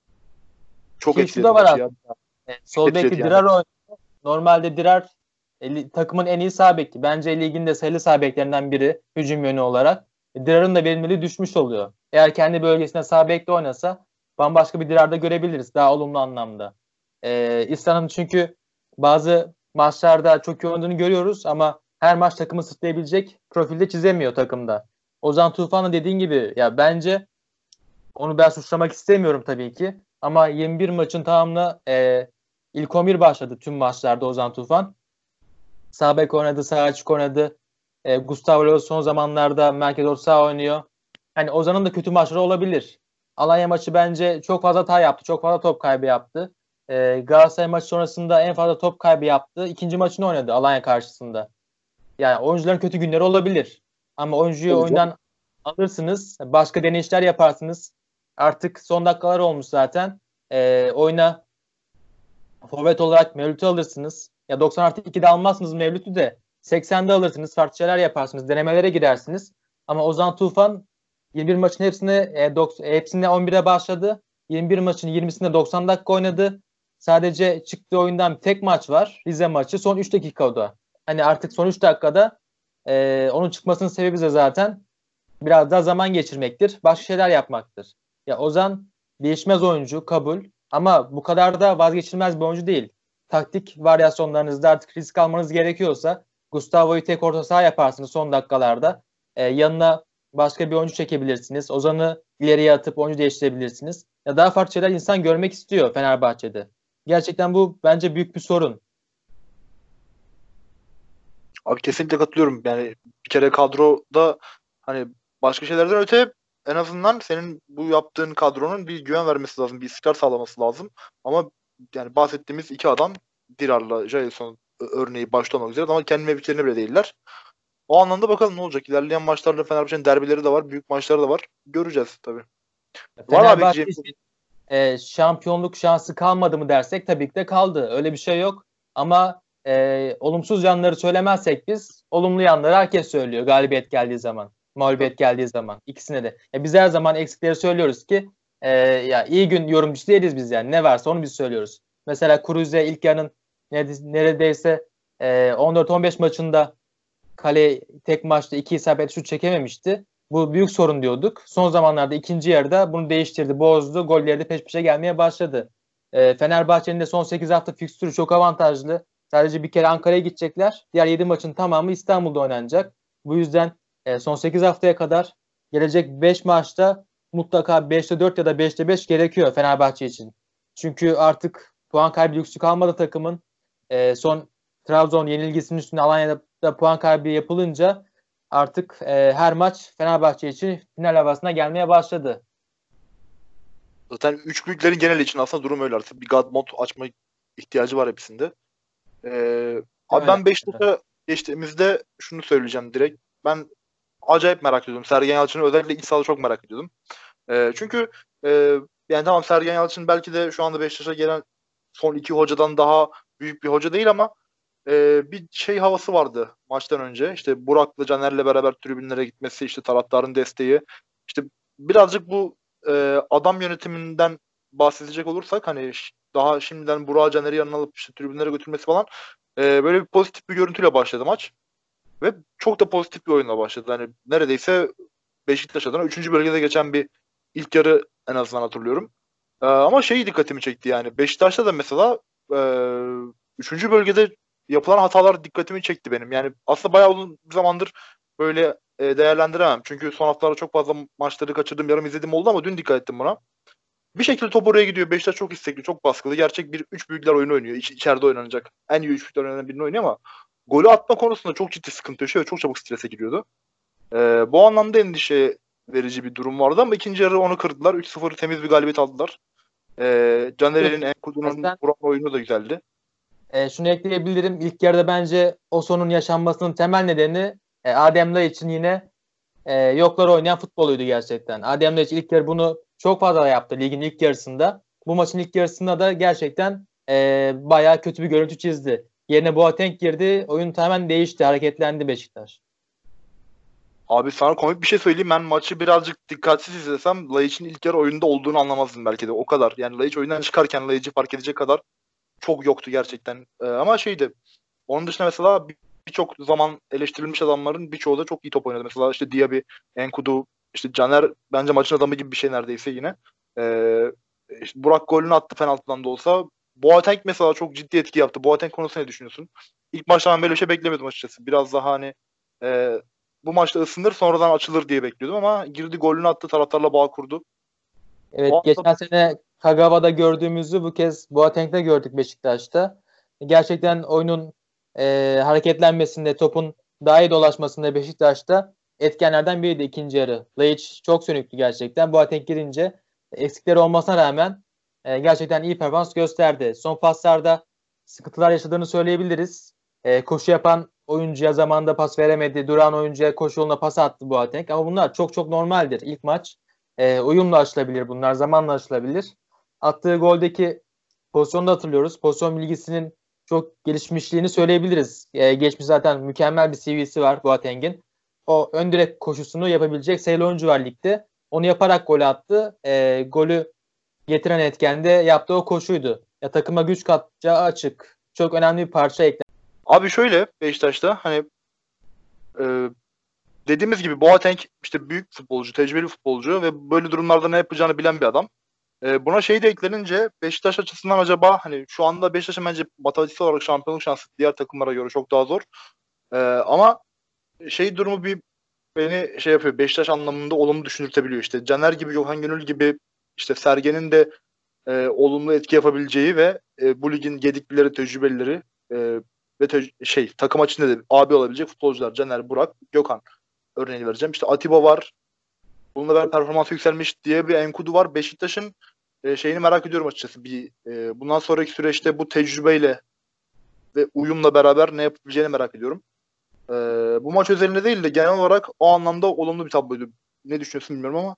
çok Ki şu etkiledi da var maçı ya. aslında. E, sol Etkiledi bekli yani. Dirar oynuyor. Normalde Dirar e, takımın en iyi sağ beki. Bence ligin de sayılı sağ beklerinden biri hücum yönü olarak. E, Dirar'ın da verimliliği düşmüş oluyor. Eğer kendi bölgesinde sağ bekle oynasa bambaşka bir Dirar'da görebiliriz daha olumlu anlamda. E, İhsan'ın çünkü bazı maçlarda çok iyi oynadığını görüyoruz ama her maç takımı sırtlayabilecek profilde çizemiyor takımda. Ozan Tufan'ın dediğin gibi ya bence onu ben suçlamak istemiyorum tabii ki. Ama yirmi bir maçın tamamına e, ilk on bir başladı tüm maçlarda Ozan Tufan. Sağ bek oynadı, sağ açık oynadı. E, Gustavo Lopez son zamanlarda merkez orta saha oynuyor. Hani Ozan'ın da kötü maçları olabilir. Alanya maçı bence çok fazla hata yaptı. Çok fazla top kaybı yaptı. E, Galatasaray maçı sonrasında en fazla top kaybı yaptı. İkinci maçını oynadı Alanya karşısında. Yani oyuncuların kötü günleri olabilir. Ama oyuncuyu Tabii oyundan alırsınız. Başka deneyişler yaparsınız. Artık son dakikalar olmuş zaten. E, oyuna forvet olarak Mevlüt'ü alırsınız. Ya doksan artı ikide almazsınız Mevlüt'ü de seksende alırsınız. Farklı şeyler yaparsınız. Denemelere girersiniz. Ama Ozan Tufan yirmi bir maçın hepsine e, doks- hepsinde on bire başladı. yirmi bir maçın yirmisinde doksan dakika oynadı. Sadece çıktığı oyundan bir tek maç var. Rize maçı. Son üç dakika o da. Hani artık son üç dakikada e, onun çıkmasının sebebi de zaten biraz daha zaman geçirmektir. Başka şeyler yapmaktır. Ya Ozan değişmez oyuncu kabul. Ama bu kadar da vazgeçilmez bir oyuncu değil. Taktik varyasyonlarınızda artık risk almanız gerekiyorsa Gustavo'yu tek orta saha yaparsınız son dakikalarda. E, yanına başka bir oyuncu çekebilirsiniz. Ozan'ı ileriye atıp oyuncu değiştirebilirsiniz. Ya daha farklı şeyler insan görmek istiyor Fenerbahçe'de. Gerçekten bu bence büyük bir sorun. Abi kesinlikle katılıyorum. Yani bir kere kadroda hani başka şeylerden öte en azından senin bu yaptığın kadronun bir güven vermesi lazım. Bir istikrar sağlaması lazım. Ama yani bahsettiğimiz iki adam Dirar'la Jailson örneği başta olmak üzere ama kendi mevkilerine bile değiller. O anlamda bakalım ne olacak. İlerleyen maçlarda Fenerbahçe'nin derbileri de var. Büyük maçları da var. Göreceğiz tabii. Var abi Fenerbahçe ekleyeceğim. için e, şampiyonluk şansı kalmadı mı dersek tabii ki de kaldı. Öyle bir şey yok. Ama e, olumsuz yanları söylemezsek biz olumlu yanları herkes söylüyor galibiyet geldiği zaman. Mağlubiyet geldiği zaman. İkisine de. Ya biz her zaman eksikleri söylüyoruz ki e, ya iyi gün yorumcusu değiliz biz yani. Ne varsa onu biz söylüyoruz. Mesela Kruse ilk yarının neredeyse e, on dört on beş maçında kale tek maçta iki isabet şut çekememişti. Bu büyük sorun diyorduk. Son zamanlarda ikinci yarıda bunu değiştirdi, bozdu. Golleri de peş peşe gelmeye başladı. E, Fenerbahçe'nin de son sekiz hafta fikstürü çok avantajlı. Sadece bir kere Ankara'ya gidecekler. Diğer yedi maçın tamamı İstanbul'da oynanacak. Bu yüzden e, son sekiz haftaya kadar gelecek beş maçta mutlaka beşte dört ya da beşte beş gerekiyor Fenerbahçe için. Çünkü artık puan kaybı lüksü kalmadı takımın. E, son Trabzon yenilgisinin üstüne Alanya'da puan kaybı yapılınca artık e, her maç Fenerbahçe için final havasına gelmeye başladı. Zaten üç büyüklerin genel için aslında durum öyle artık. Bir God mod açma ihtiyacı var hepsinde. Ee, abi Öyle. ben Beşiktaş'a geçtiğimizde şunu söyleyeceğim direkt. Ben acayip merak ediyordum. Sergen Yalçın'ı özellikle iç sahada çok merak ediyordum. Ee, çünkü e, yani tamam Sergen Yalçın belki de şu anda Beşiktaş'a gelen son iki hocadan daha büyük bir hoca değil ama e, bir şey havası vardı maçtan önce. İşte Burak'la Caner'le beraber tribünlere gitmesi, işte taraftarın desteği. İşte birazcık bu e, adam yönetiminden bahsedecek olursak hani daha şimdiden Burak'ı Caner'i yanına alıp işte tribünlere götürmesi falan e, böyle bir pozitif bir görüntüyle başladı maç. Ve çok da pozitif bir oyunla başladı. Hani neredeyse Beşiktaş adına üçüncü bölgede geçen bir ilk yarı en azından hatırlıyorum. Ee, ama şeyi dikkatimi çekti yani. Beşiktaş'ta da mesela e, üçüncü bölgede yapılan hatalar dikkatimi çekti benim. Yani aslında bayağı uzun zamandır böyle e, değerlendiremem. Çünkü son haftalarda çok fazla maçları kaçırdım, yarım izledim oldu ama dün dikkat ettim buna. Bir şekilde top oraya gidiyor. Beşiktaş çok istekli, çok baskılı. Gerçek bir üç büyükler oyunu oynuyor. İç, içeride oynanacak. En iyi üç büyükler oynanan birini oynuyor ama golü atma konusunda çok ciddi sıkıntı yaşıyor ve çok çabuk strese giriyordu. Ee, bu anlamda endişe verici bir durum vardı ama ikinci yarı onu kırdılar. üç sıfır temiz bir galibiyet aldılar. Ee, Caner'in, Enkudu'nun Ben Burak oyunu da güzeldi. e, şunu ekleyebilirim. İlk yarıda bence o sonun yaşanmasının temel nedeni e, Adem Laiç'in yine e, yoklar oynayan futboluydu gerçekten. Adem Laiç ilk yarı bunu çok fazla yaptı ligin ilk yarısında. Bu maçın ilk yarısında da gerçekten e, bayağı kötü bir görüntü çizdi. Yerine Boateng girdi. Oyun tamamen değişti. Hareketlendi Beşiktaş. Abi sana komik bir şey söyleyeyim. Ben maçı birazcık dikkatsiz izlesem Laiç'in ilk yarı oyunda olduğunu anlamazdım belki de. O kadar. Yani Laiç oyundan çıkarken Laiç'i fark edecek kadar çok yoktu gerçekten. Ee, ama şeydi. Onun dışında mesela bir- birçok zaman eleştirilmiş adamların birçoğu da çok iyi top oynadı. Mesela işte Diaby, Enkudu, işte Caner bence maçın adamı gibi bir şey neredeyse yine. Ee, işte Burak golünü attı penaltıdan da olsa. Boateng mesela çok ciddi etki yaptı. Boateng konusunda ne düşünüyorsun? İlk maçta ben böyle bir şey beklemiyordum açıkçası. Biraz daha hani e, bu maçta ısınır sonradan açılır diye bekliyordum ama girdi golünü attı, taraftarla bağ kurdu. O Evet, anda geçen sene Kagawa'da gördüğümüzü bu kez Boateng'de gördük Beşiktaş'ta. Gerçekten oyunun e, hareketlenmesinde, topun daha iyi dolaşmasında Beşiktaş'ta etkenlerden biriydi ikinci yarı. Laiç çok sönüktü gerçekten. Boateng girince eksikleri olmasına rağmen e, gerçekten iyi performans gösterdi. Son paslarda sıkıntılar yaşadığını söyleyebiliriz. E, koşu yapan oyuncuya zamanında pas veremedi. Duran oyuncuya koşu yoluna pas attı Boateng. Ama bunlar çok çok normaldir. İlk maç e, uyumla aşılabilir bunlar. Zamanla aşılabilir. Attığı goldeki pozisyonu da hatırlıyoruz. Pozisyon bilgisinin çok gelişmişliğini söyleyebiliriz. E, geçmiş zaten mükemmel bir C V'si var Boateng'in. O ön direk koşusunu yapabilecek sayılı oyuncu var ligde. Onu yaparak gol attı. E, golü getiren etken de yaptığı o koşuydu. Ya takıma güç katacağı açık. Çok önemli bir parça eklendi. abi şöyle Beşiktaş'ta hani e, dediğimiz gibi Boateng işte büyük futbolcu, tecrübeli futbolcu ve böyle durumlarda ne yapacağını bilen bir adam. E, buna şey de eklenince Beşiktaş açısından acaba hani şu anda Beşiktaş'ın bence matematiksel olarak şampiyonluk şansı diğer takımlara göre çok daha zor. Ee, ama şey durumu bir beni şey yapıyor. Beşiktaş anlamında olumlu düşündürtebiliyor. İşte Caner gibi, Gökhan Gönül gibi, işte Sergen'in de e, olumlu etki yapabileceği ve e, bu ligin gediklileri, tecrübelileri e, ve te- şey takım açısında da abi olabilecek futbolcular. Caner, Burak, Gökhan örneğini vereceğim. İşte Atiba var. Bununla beraber performansı yükselmiş diye bir Enkudu var. Beşiktaş'ın e, şeyini merak ediyorum açıkçası. Bir e, bundan sonraki süreçte bu tecrübeyle ve uyumla beraber ne yapabileceğini merak ediyorum. E, bu maç özelinde değil de genel olarak o anlamda olumlu bir tabloydu. Ne düşünüyorsun bilmiyorum ama.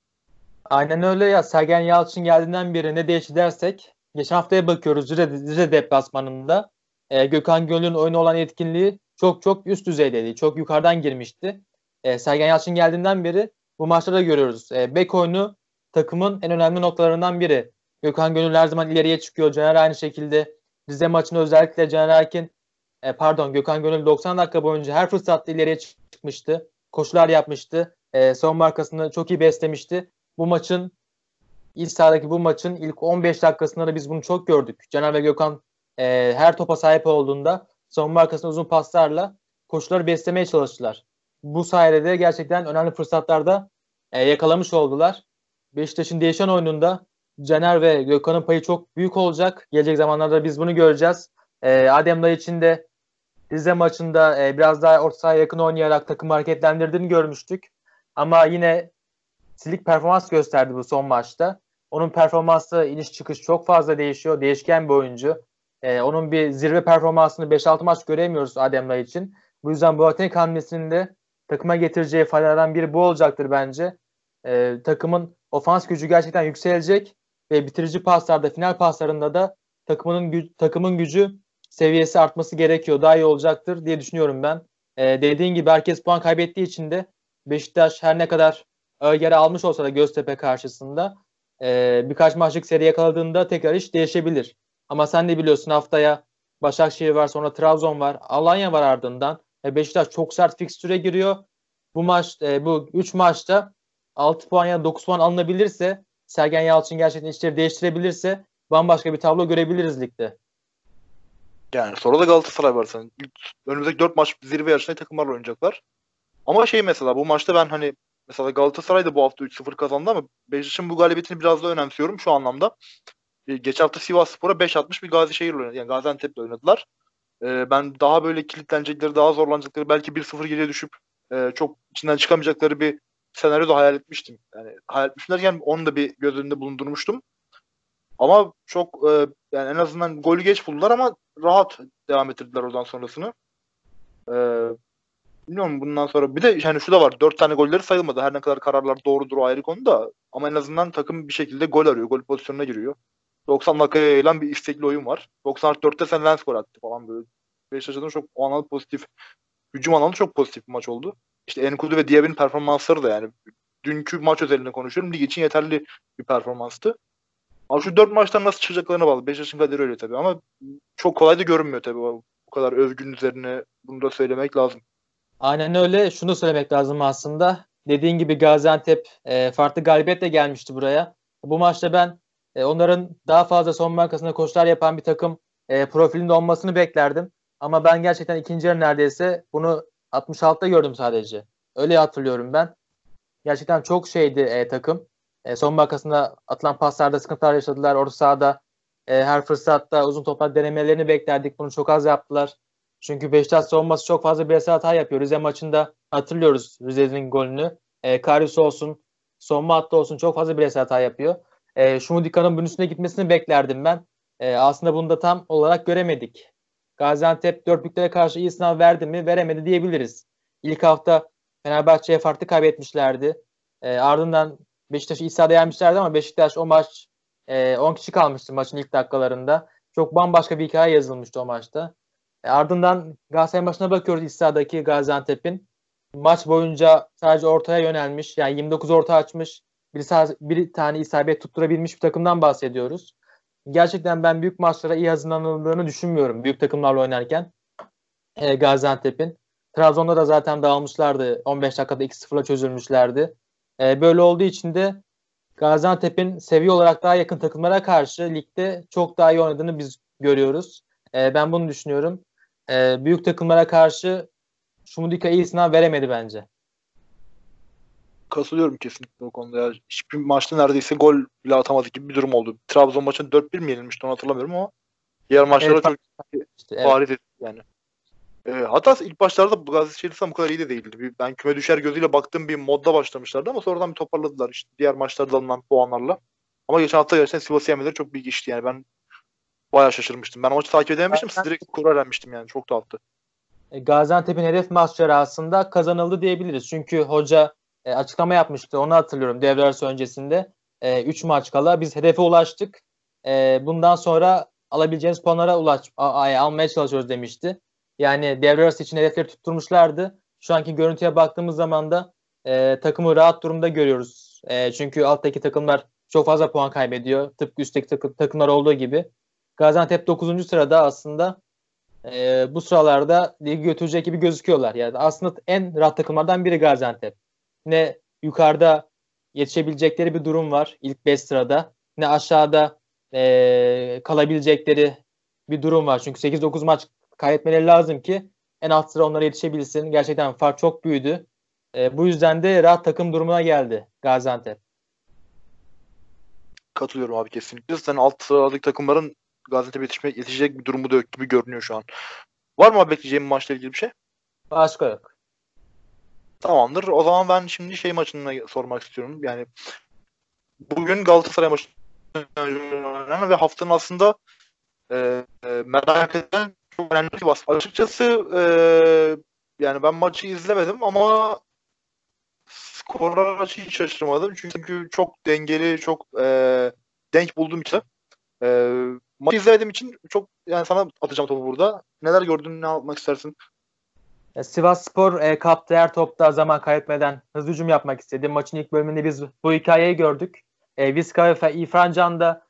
Aynen öyle ya. Sergen Yalçın geldiğinden beri ne değişti dersek, geçen haftaya bakıyoruz Rize, Rize deplasmanında. E, Gökhan Gönül'ün oyuna olan etkinliği çok çok üst düzeydeydi. Çok yukarıdan girmişti. E, Sergen Yalçın geldiğinden beri bu maçlarda görüyoruz. E, bek oyunu takımın en önemli noktalarından biri. Gökhan Gönül her zaman ileriye çıkıyor. Caner aynı şekilde. Rize maçında özellikle Caner Erkin, e, pardon Gökhan Gönül doksan dakika boyunca her fırsatta ileriye çıkmıştı. Koşular yapmıştı. E, savunma arkasını çok iyi beslemişti. Bu maçın İç sahadaki bu maçın ilk on beş dakikasında da biz bunu çok gördük. Caner ve Gökhan e, her topa sahip olduğunda savunma arkasında uzun paslarla koşuları beslemeye çalıştılar. Bu sayede de gerçekten önemli fırsatlarda e, yakalamış oldular. Beşiktaş'ın değişen oyununda Caner ve Gökhan'ın payı çok büyük olacak. Gelecek zamanlarda biz bunu göreceğiz. E, Adem Laiç'in de Rize maçında e, biraz daha orta sahaya yakın oynayarak takım hareketlendirdiğini görmüştük. Ama yine silik performans gösterdi bu son maçta. Onun performansı iniş çıkış çok fazla değişiyor. Değişken bir oyuncu. Ee, onun bir zirve performansını beş altı maç göremiyoruz Adem için. Bu yüzden Boateng hamlesinin de takıma getireceği faydalardan biri bu olacaktır bence. Ee, takımın ofans gücü gerçekten yükselecek ve bitirici paslarda, final paslarında da takımın gü- takımın gücü seviyesi artması gerekiyor. Daha iyi olacaktır diye düşünüyorum ben. Ee, dediğin gibi herkes puan kaybettiği için de Beşiktaş her ne kadar yer almış olsa da Göztepe karşısında e, birkaç maçlık seri yakaladığında tekrar iş değişebilir. Ama sen de biliyorsun haftaya Başakşehir var, sonra Trabzon var, Alanya var ardından. E, Beşiktaş çok sert fikstüre giriyor. Bu maç e, bu üç maçta altı puan ya da dokuz puan alınabilirse, Sergen Yalçın gerçekten işleri değiştirebilirse bambaşka bir tablo görebiliriz ligde. Yani sonra da Galatasaray var senin. Önümüzdeki dört maç zirve yarışında takımlarla oynayacaklar. Ama şey mesela bu maçta ben hani mesela Galatasaray da bu hafta üç sıfır kazandı ama Beşiktaş'ın bu galibiyetini biraz da önemsiyorum şu anlamda. E, Geçen hafta Sivasspor'a beş atmış bir Gazişehir'le oynadı. Yani Gaziantep'le oynadılar. E, ben daha böyle kilitlenecekleri, daha zorlanacakları, belki bir sıfır geriye düşüp e, çok içinden çıkamayacakları bir senaryo da hayal etmiştim. Yani hayal etmiştim derken onu da bir göz önünde bulundurmuştum. Ama çok e, yani en azından golü geç buldular ama rahat devam ettirdiler oradan sonrasını. E, Bilmiyorum bundan sonra. Bir de yani şu da var. Dört tane golleri sayılmadı. Her ne kadar kararlar doğrudur o ayrı konu da. Ama en azından takım bir şekilde gol arıyor. Gol pozisyonuna giriyor. doksan dakikaya yayılan bir istekli oyun var. doksan artı dörtte sen Lens gol attı falan böyle. Beşiktaş'ın çok o anlamda pozitif. Hücum anlamda çok pozitif bir maç oldu. İşte Enkudu ve Diaby'nin performansları da yani. Dünkü maç özelinde konuşuyorum. Lig için yeterli bir performanstı. Ama şu dört maçtan nasıl çıkacaklarına bağlı. Beşiktaş'ın kaderi öyle tabii ama çok kolay da görünmüyor tabii. Bu kadar övgünün üzerine bunu da söylemek lazım. Aynen öyle. Şunu söylemek lazım aslında. Dediğin gibi Gaziantep e, farklı galibiyetle gelmişti buraya. Bu maçta ben e, onların daha fazla savunma arkasında koşular yapan bir takım e, profilinde olmasını beklerdim. Ama ben gerçekten ikinci yarı neredeyse bunu altmış altıda gördüm sadece. Öyle hatırlıyorum ben. Gerçekten çok şeydi e, takım. E, savunma arkasında atılan paslarda sıkıntılar yaşadılar. Orta sahada e, her fırsatta uzun toplar denemelerini beklerdik. Bunu çok az yaptılar. Çünkü Beşiktaş savunması çok fazla bireysel hata yapıyor. Rize maçında hatırlıyoruz Rize'nin golünü. E, Karius olsun, savunma hattı olsun çok fazla bireysel hata yapıyor. E, Şumudika'nın bunun üstüne gitmesini beklerdim ben. E, aslında bunu da tam olarak göremedik. Gaziantep dört büyüklere karşı iyi sınav verdi mi? Veremedi diyebiliriz. İlk hafta Fenerbahçe'ye farklı kaybetmişlerdi. E, ardından Beşiktaş'ı iç sahada yenmişlerdi ama Beşiktaş o maç e, on kişi kalmıştı maçın ilk dakikalarında. Çok bambaşka bir hikaye yazılmıştı o maçta. E, ardından Galatasaray maçına bakıyoruz iç sahadaki Gaziantep'in. Maç boyunca sadece ortaya yönelmiş. Yani yirmi dokuz orta açmış. Bir, bir tane isabet tutturabilmiş bir takımdan bahsediyoruz. Gerçekten ben büyük maçlara iyi hazırlanıldığını düşünmüyorum. Büyük takımlarla oynarken e, Gaziantep'in. Trabzon'da da zaten dağılmışlardı. on beş dakikada iki sıfırla çözülmüşlerdi. E, böyle olduğu için de Gaziantep'in seviye olarak daha yakın takımlara karşı ligde çok daha iyi oynadığını biz görüyoruz. E, ben bunu düşünüyorum. E, büyük takımlara karşı Şumudika iyi sınav veremedi bence. Katılıyorum kesinlikle o konuda ya. Hiçbir maçta neredeyse gol bile atamadık gibi bir durum oldu. Trabzon maçında dört bir mi yenilmişti onu hatırlamıyorum ama diğer maçlarda Evet, çok işte, evet. bariz yani. Ee, hatta ilk başlarda bu Gazişehir bu kadar iyi de değildi. Bir, ben küme düşer gözüyle baktığım bir modda başlamışlardı ama sonradan bir toparladılar işte diğer maçlarda alınan puanlarla. Ama geçen hafta gerçekten Sivas'ı yenmeleri çok büyük işti yani. Ben bayağı şaşırmıştım. Ben o maçı takip edememiştim. Siz direkt skoru öğrenmiştim yani. Çok tahtı. E, Gaziantep'in hedef maçları aslında kazanıldı diyebiliriz. Çünkü hoca e, açıklama yapmıştı. Onu hatırlıyorum devre arası öncesinde. üç maç kala biz hedefe ulaştık. E, bundan sonra alabileceğiniz puanlara ulaş, a, a- almaya çalışıyoruz demişti. Yani devre arası için hedefleri tutturmuşlardı. Şu anki görüntüye baktığımız zaman da e, takımı rahat durumda görüyoruz. E, çünkü alttaki takımlar çok fazla puan kaybediyor. Tıpkı üstteki takı, takımlar olduğu gibi. Gaziantep dokuzuncu sırada aslında e, bu sıralarda ligi götürecek gibi gözüküyorlar. Yani aslında en rahat takımlardan biri Gaziantep. Ne yukarıda yetişebilecekleri bir durum var ilk beş sırada. Ne aşağıda e, kalabilecekleri bir durum var. Çünkü sekiz dokuz maç kaybetmeleri lazım ki en alt sıra onlara yetişebilsin. Gerçekten fark çok büyüdü. E, bu yüzden de rahat takım durumuna geldi Gaziantep. Katılıyorum abi kesinlikle. Zaten alt sıradaki takımların Gaziantep'e yetişme, yetişecek bir durumu da yok gibi görünüyor şu an. Var mı abi bekleyeceğim maçla ilgili bir şey? Başka yok. Tamamdır. O zaman ben şimdi şey maçını sormak istiyorum. Yani bugün Galatasaray maçı oynanan ve haftanın aslında e, e, merak eden çok önemli bir bas. Açıkçası e, yani ben maçı izlemedim ama skorlar açı hiç şaşırmadım. Çünkü çok dengeli, çok e, denk bulduğum için. E, maçı izlemediğim için çok yani sana atacağım topu burada. Neler gördün, ne yapmak istersin? Sivasspor e, kaptı her topta zaman kaybetmeden hızlı hücum yapmak istedi. Maçın ilk bölümünde biz bu hikayeyi gördük. E, Vizca ve İrfan Can da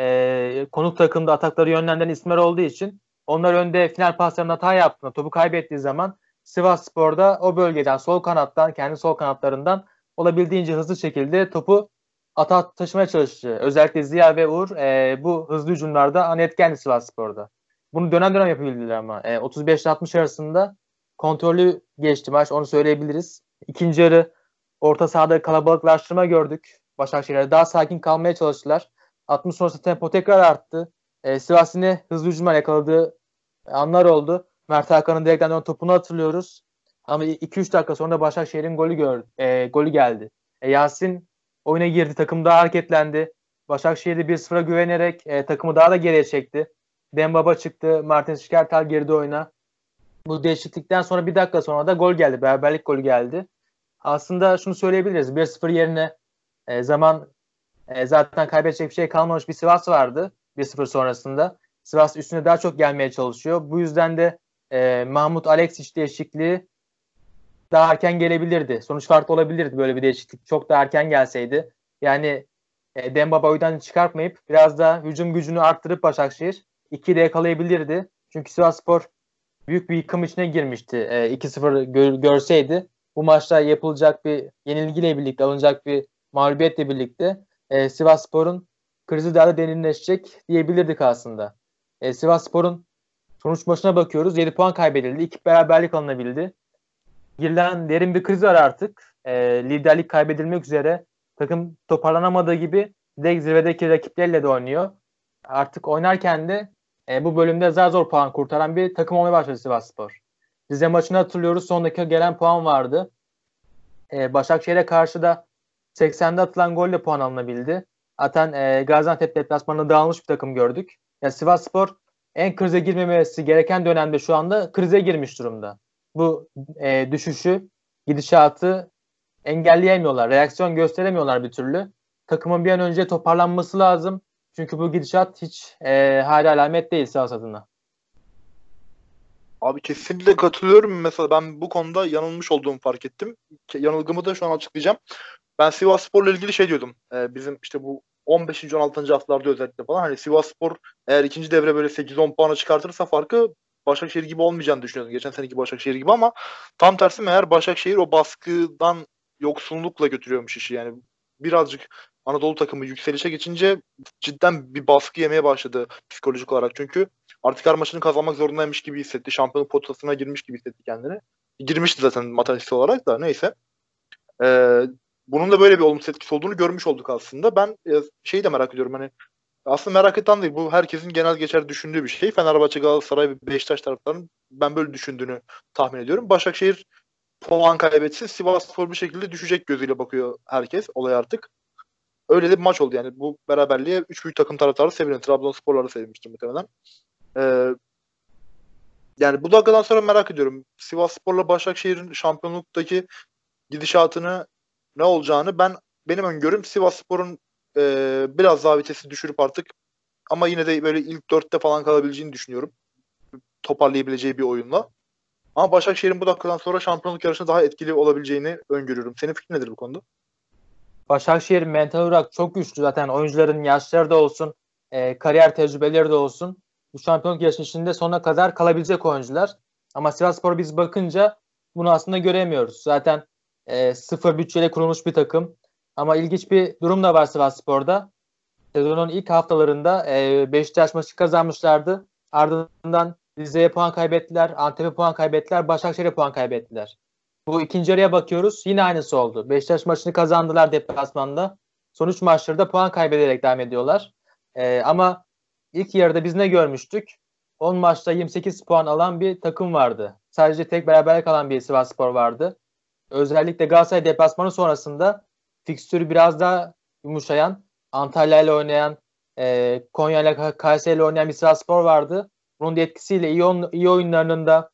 e, konuk takımda atakları yönlendiren isimler olduğu için onlar önde final paslarında hata yaptığında topu kaybettiği zaman Sivasspor'da o bölgeden sol kanattan kendi sol kanatlarından olabildiğince hızlı şekilde topu ata taşımaya çalıştı. Özellikle Ziya ve Uğur e, bu hızlı hücumlarda ana etkendi Sivasspor'da. Bunu dönem dönem yapabildiler ama e, otuz beş ile altmış arasında kontrollü geçti maç, onu söyleyebiliriz. İkinci yarı orta sahada kalabalıklaştırma gördük. Başakşehir'e daha sakin kalmaya çalıştılar. altmış sonrası tempo tekrar arttı. E, Sivas yine hızlı hücumlar yakaladığı anlar oldu. Mert Hakan'ın direkten dönen topunu hatırlıyoruz. Ama iki üç dakika sonra Başakşehir'in golü gör, e, golü geldi. E, Yasin oyuna girdi. Takım daha hareketlendi. Başakşehir'de bir sıfıra güvenerek e, takımı daha da geriye çekti. Dembaba çıktı. Martins Şikertel girdi oyuna. Bu değişiklikten sonra bir dakika sonra da gol geldi. Beraberlik golü geldi. Aslında şunu söyleyebiliriz. bir sıfır yerine e, zaman e, zaten kaybedecek bir şey kalmamış bir Sivas vardı bir sıfır sonrasında. Sivas üstüne daha çok gelmeye çalışıyor. Bu yüzden de e, Mahmut Alexic değişikliği daha erken gelebilirdi. Sonuç farklı olabilirdi böyle bir değişiklik. Çok daha erken gelseydi. Yani e, Demba oyundan çıkartmayıp biraz da hücum gücünü arttırıp Başakşehir ikiyi de yakalayabilirdi. Çünkü Sivasspor büyük bir yıkım içine girmişti. E, iki sıfır gör, görseydi bu maçta yapılacak bir yenilgiyle birlikte alınacak bir mağlubiyetle birlikte e, Sivasspor'un krizi daha da derinleşecek diyebilirdik aslında. E, Sivasspor'un sonuç başına bakıyoruz. yedi puan kaybedildi. iki beraberlik alınabildi. Girilen derin bir kriz var artık. E, liderlik kaybedilmek üzere. Takım toparlanamadığı gibi direkt zirvedeki rakipleriyle de oynuyor. Artık oynarken de e, bu bölümde zar zor puan kurtaran bir takım olmaya başladı Sivasspor. Rize maçını hatırlıyoruz. Son dakika gelen puan vardı. E, Başakşehir'e karşı da seksende atılan golle puan alınabildi. Zaten e, Gaziantep deplasmanında dağılmış bir takım gördük. Yani Sivasspor en krize girmemesi gereken dönemde şu anda krize girmiş durumda. Bu e, düşüşü, gidişatı engelleyemiyorlar. Reaksiyon gösteremiyorlar bir türlü. Takımın bir an önce toparlanması lazım. Çünkü bu gidişat hiç e, hali alamet değil Sivas adına. Abi kesinlikle katılıyorum. Mesela ben bu konuda yanılmış olduğumu fark ettim. Yanılgımı da şu an açıklayacağım. Ben Sivasspor'la ilgili şey diyordum. Ee, bizim işte bu on beşinci on altıncı haftalarda özellikle falan hani Sivasspor eğer ikinci devre böyle sekiz on puana çıkartırsa farkı Başakşehir gibi olmayacağını düşünüyordum. Geçen seneki Başakşehir gibi ama tam tersi meğer Başakşehir o baskıdan yoksunlukla götürüyormuş işi. Yani birazcık Anadolu takımı yükselişe geçince cidden bir baskı yemeye başladı psikolojik olarak. Çünkü artık her maçını kazanmak zorundaymış gibi hissetti. Şampiyonluk potasına girmiş gibi hissetti kendini. girmişti zaten matematiksel olarak da neyse. Ee, bunun da böyle bir olumsuz etkisi olduğunu görmüş olduk aslında. Ben e, şeyi de merak ediyorum hani aslında merak eden değil. Bu herkesin genel geçer düşündüğü bir şey. Fenerbahçe, Galatasaray ve Beşiktaş taraftarının ben böyle düşündüğünü tahmin ediyorum. Başakşehir puan kaybetse Sivasspor bir şekilde düşecek gözüyle bakıyor herkes olay artık. Öyle de bir maç oldu yani. Bu beraberliğe üç büyük takım taraftarı sevinir. Trabzonsporları sevinmiştir muhtemelen. Ee, yani bu dakikadan sonra merak ediyorum. Sivasspor'la Başakşehir'in şampiyonluktaki gidişatını ne olacağını ben benim öngörüm Sivasspor'un e, biraz daha vitesi düşürüp artık ama yine de böyle ilk dörtte falan kalabileceğini düşünüyorum. Toparlayabileceği bir oyunla. Ama Başakşehir'in bu dakikadan sonra şampiyonluk yarışında daha etkili olabileceğini öngörüyorum. Senin fikrin nedir bu konuda? Başakşehir mental olarak çok güçlü zaten. Oyuncuların yaşları da olsun, e, kariyer tecrübeleri de olsun. Bu şampiyonluk yarışının içinde sonuna kadar kalabilecek oyuncular. Ama Sivasspor'a biz bakınca bunu aslında göremiyoruz. Zaten e, sıfır bütçeyle kurulmuş bir takım. Ama ilginç bir durum da var Sivasspor'da. Sezonun ilk haftalarında e, Beşiktaş maçı kazanmışlardı. Ardından Rize'ye puan kaybettiler, Antep'e puan kaybettiler, Başakşehir'e puan kaybettiler. Bu ikinci yarıya bakıyoruz. Yine aynısı oldu. Beşiktaş maçını kazandılar deplasmanda. Son üç maçlarda puan kaybederek devam ediyorlar. Ee, ama ilk yarıda biz ne görmüştük? on maçta yirmi sekiz puan alan bir takım vardı. Sadece tek beraberlik alan bir Sivasspor vardı. Özellikle Galatasaray deplasmanı sonrasında fikstürü biraz daha yumuşayan, Antalya ile oynayan, e, Konya ile Kayseri ile oynayan bir Sivasspor vardı. Bunun da etkisiyle iyi, on, iyi oyunlarının da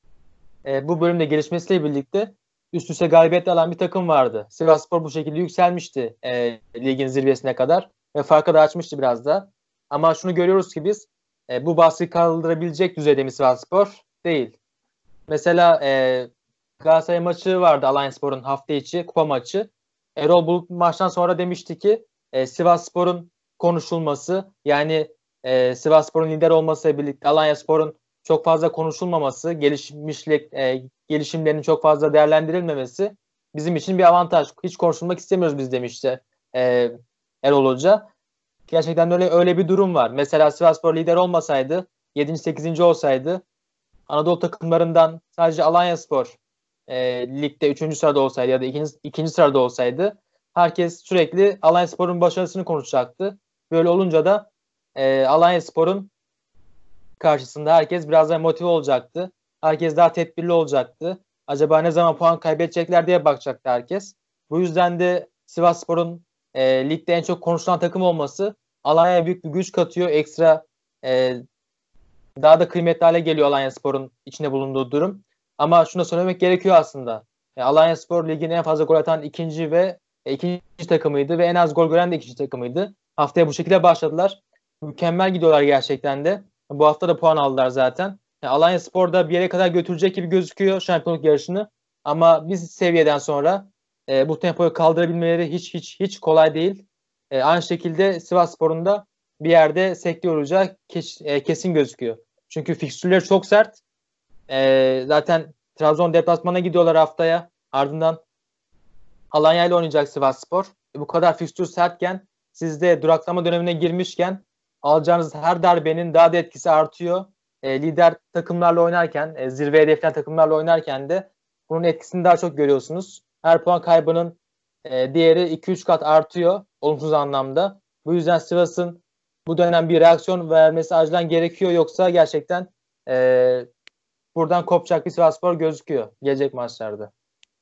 e, bu bölümde gelişmesiyle birlikte üst üste galibiyet alan bir takım vardı. Sivasspor bu şekilde yükselmişti e, ligin zirvesine kadar ve farkı da açmıştı biraz da. Ama şunu görüyoruz ki biz e, bu baskıyı kaldırabilecek düzeyde mi Sivasspor? Değil. Mesela e, Galatasaray maçı vardı Alanyaspor'un hafta içi kupa maçı. Erol Bulut maçtan sonra demişti ki e, Sivasspor'un konuşulması yani e, Sivasspor'un lider olmasıyla birlikte Alanyaspor'un çok fazla konuşulmaması, gelişmişlik e, gelişimlerinin çok fazla değerlendirilmemesi bizim için bir avantaj. Hiç konuşulmak istemiyoruz biz demişti e, Erol Hoca. Gerçekten öyle öyle bir durum var. Mesela Sivasspor lider olmasaydı, yedinci sekizinci olsaydı Anadolu takımlarından sadece Alanyaspor e, ligde üçüncü sırada olsaydı ya da ikinci, ikinci sırada olsaydı herkes sürekli Alanyaspor'un başarısını konuşacaktı. Böyle olunca da e, Alanyaspor'un karşısında herkes biraz daha motive olacaktı. Herkes daha tedbirli olacaktı. Acaba ne zaman puan kaybedecekler diye bakacaktı herkes. Bu yüzden de Sivasspor'un e, ligde en çok konuşulan takım olması Alanya'ya büyük bir güç katıyor. Ekstra e, daha da kıymetli hale geliyor Alanyaspor'un içinde bulunduğu durum. Ama şunu da söylemek gerekiyor aslında. E, Alanyaspor ligin en fazla gol atan ikinci ve e, ikinci takımıydı ve en az gol gören de ikinci takımıydı. Haftaya bu şekilde başladılar. Mükemmel gidiyorlar gerçekten de. Bu hafta da puan aldılar zaten. E, Alanyaspor da bir yere kadar götürecek gibi gözüküyor şampiyonluk yarışını. Ama biz seviyeden sonra e, bu tempoyu kaldırabilmeleri hiç hiç hiç kolay değil. E, aynı şekilde Sivasspor'un da bir yerde sekteye uğrayacağı kes, e, kesin gözüküyor. Çünkü fikstürleri çok sert. E, zaten Trabzon deplasmana gidiyorlar haftaya. Ardından Alanya ile oynayacak Sivasspor. E, bu kadar fikstür sertken siz de duraklama dönemine girmişken alacağınız her darbenin daha da etkisi artıyor. E, lider takımlarla oynarken, e, zirve hedefleyen takımlarla oynarken de bunun etkisini daha çok görüyorsunuz. Her puan kaybının e, değeri iki üç kat artıyor olumsuz anlamda. Bu yüzden Sivas'ın bu dönem bir reaksiyon vermesi acilen gerekiyor. Yoksa gerçekten e, buradan kopacak bir Sivasspor gözüküyor gelecek maçlarda.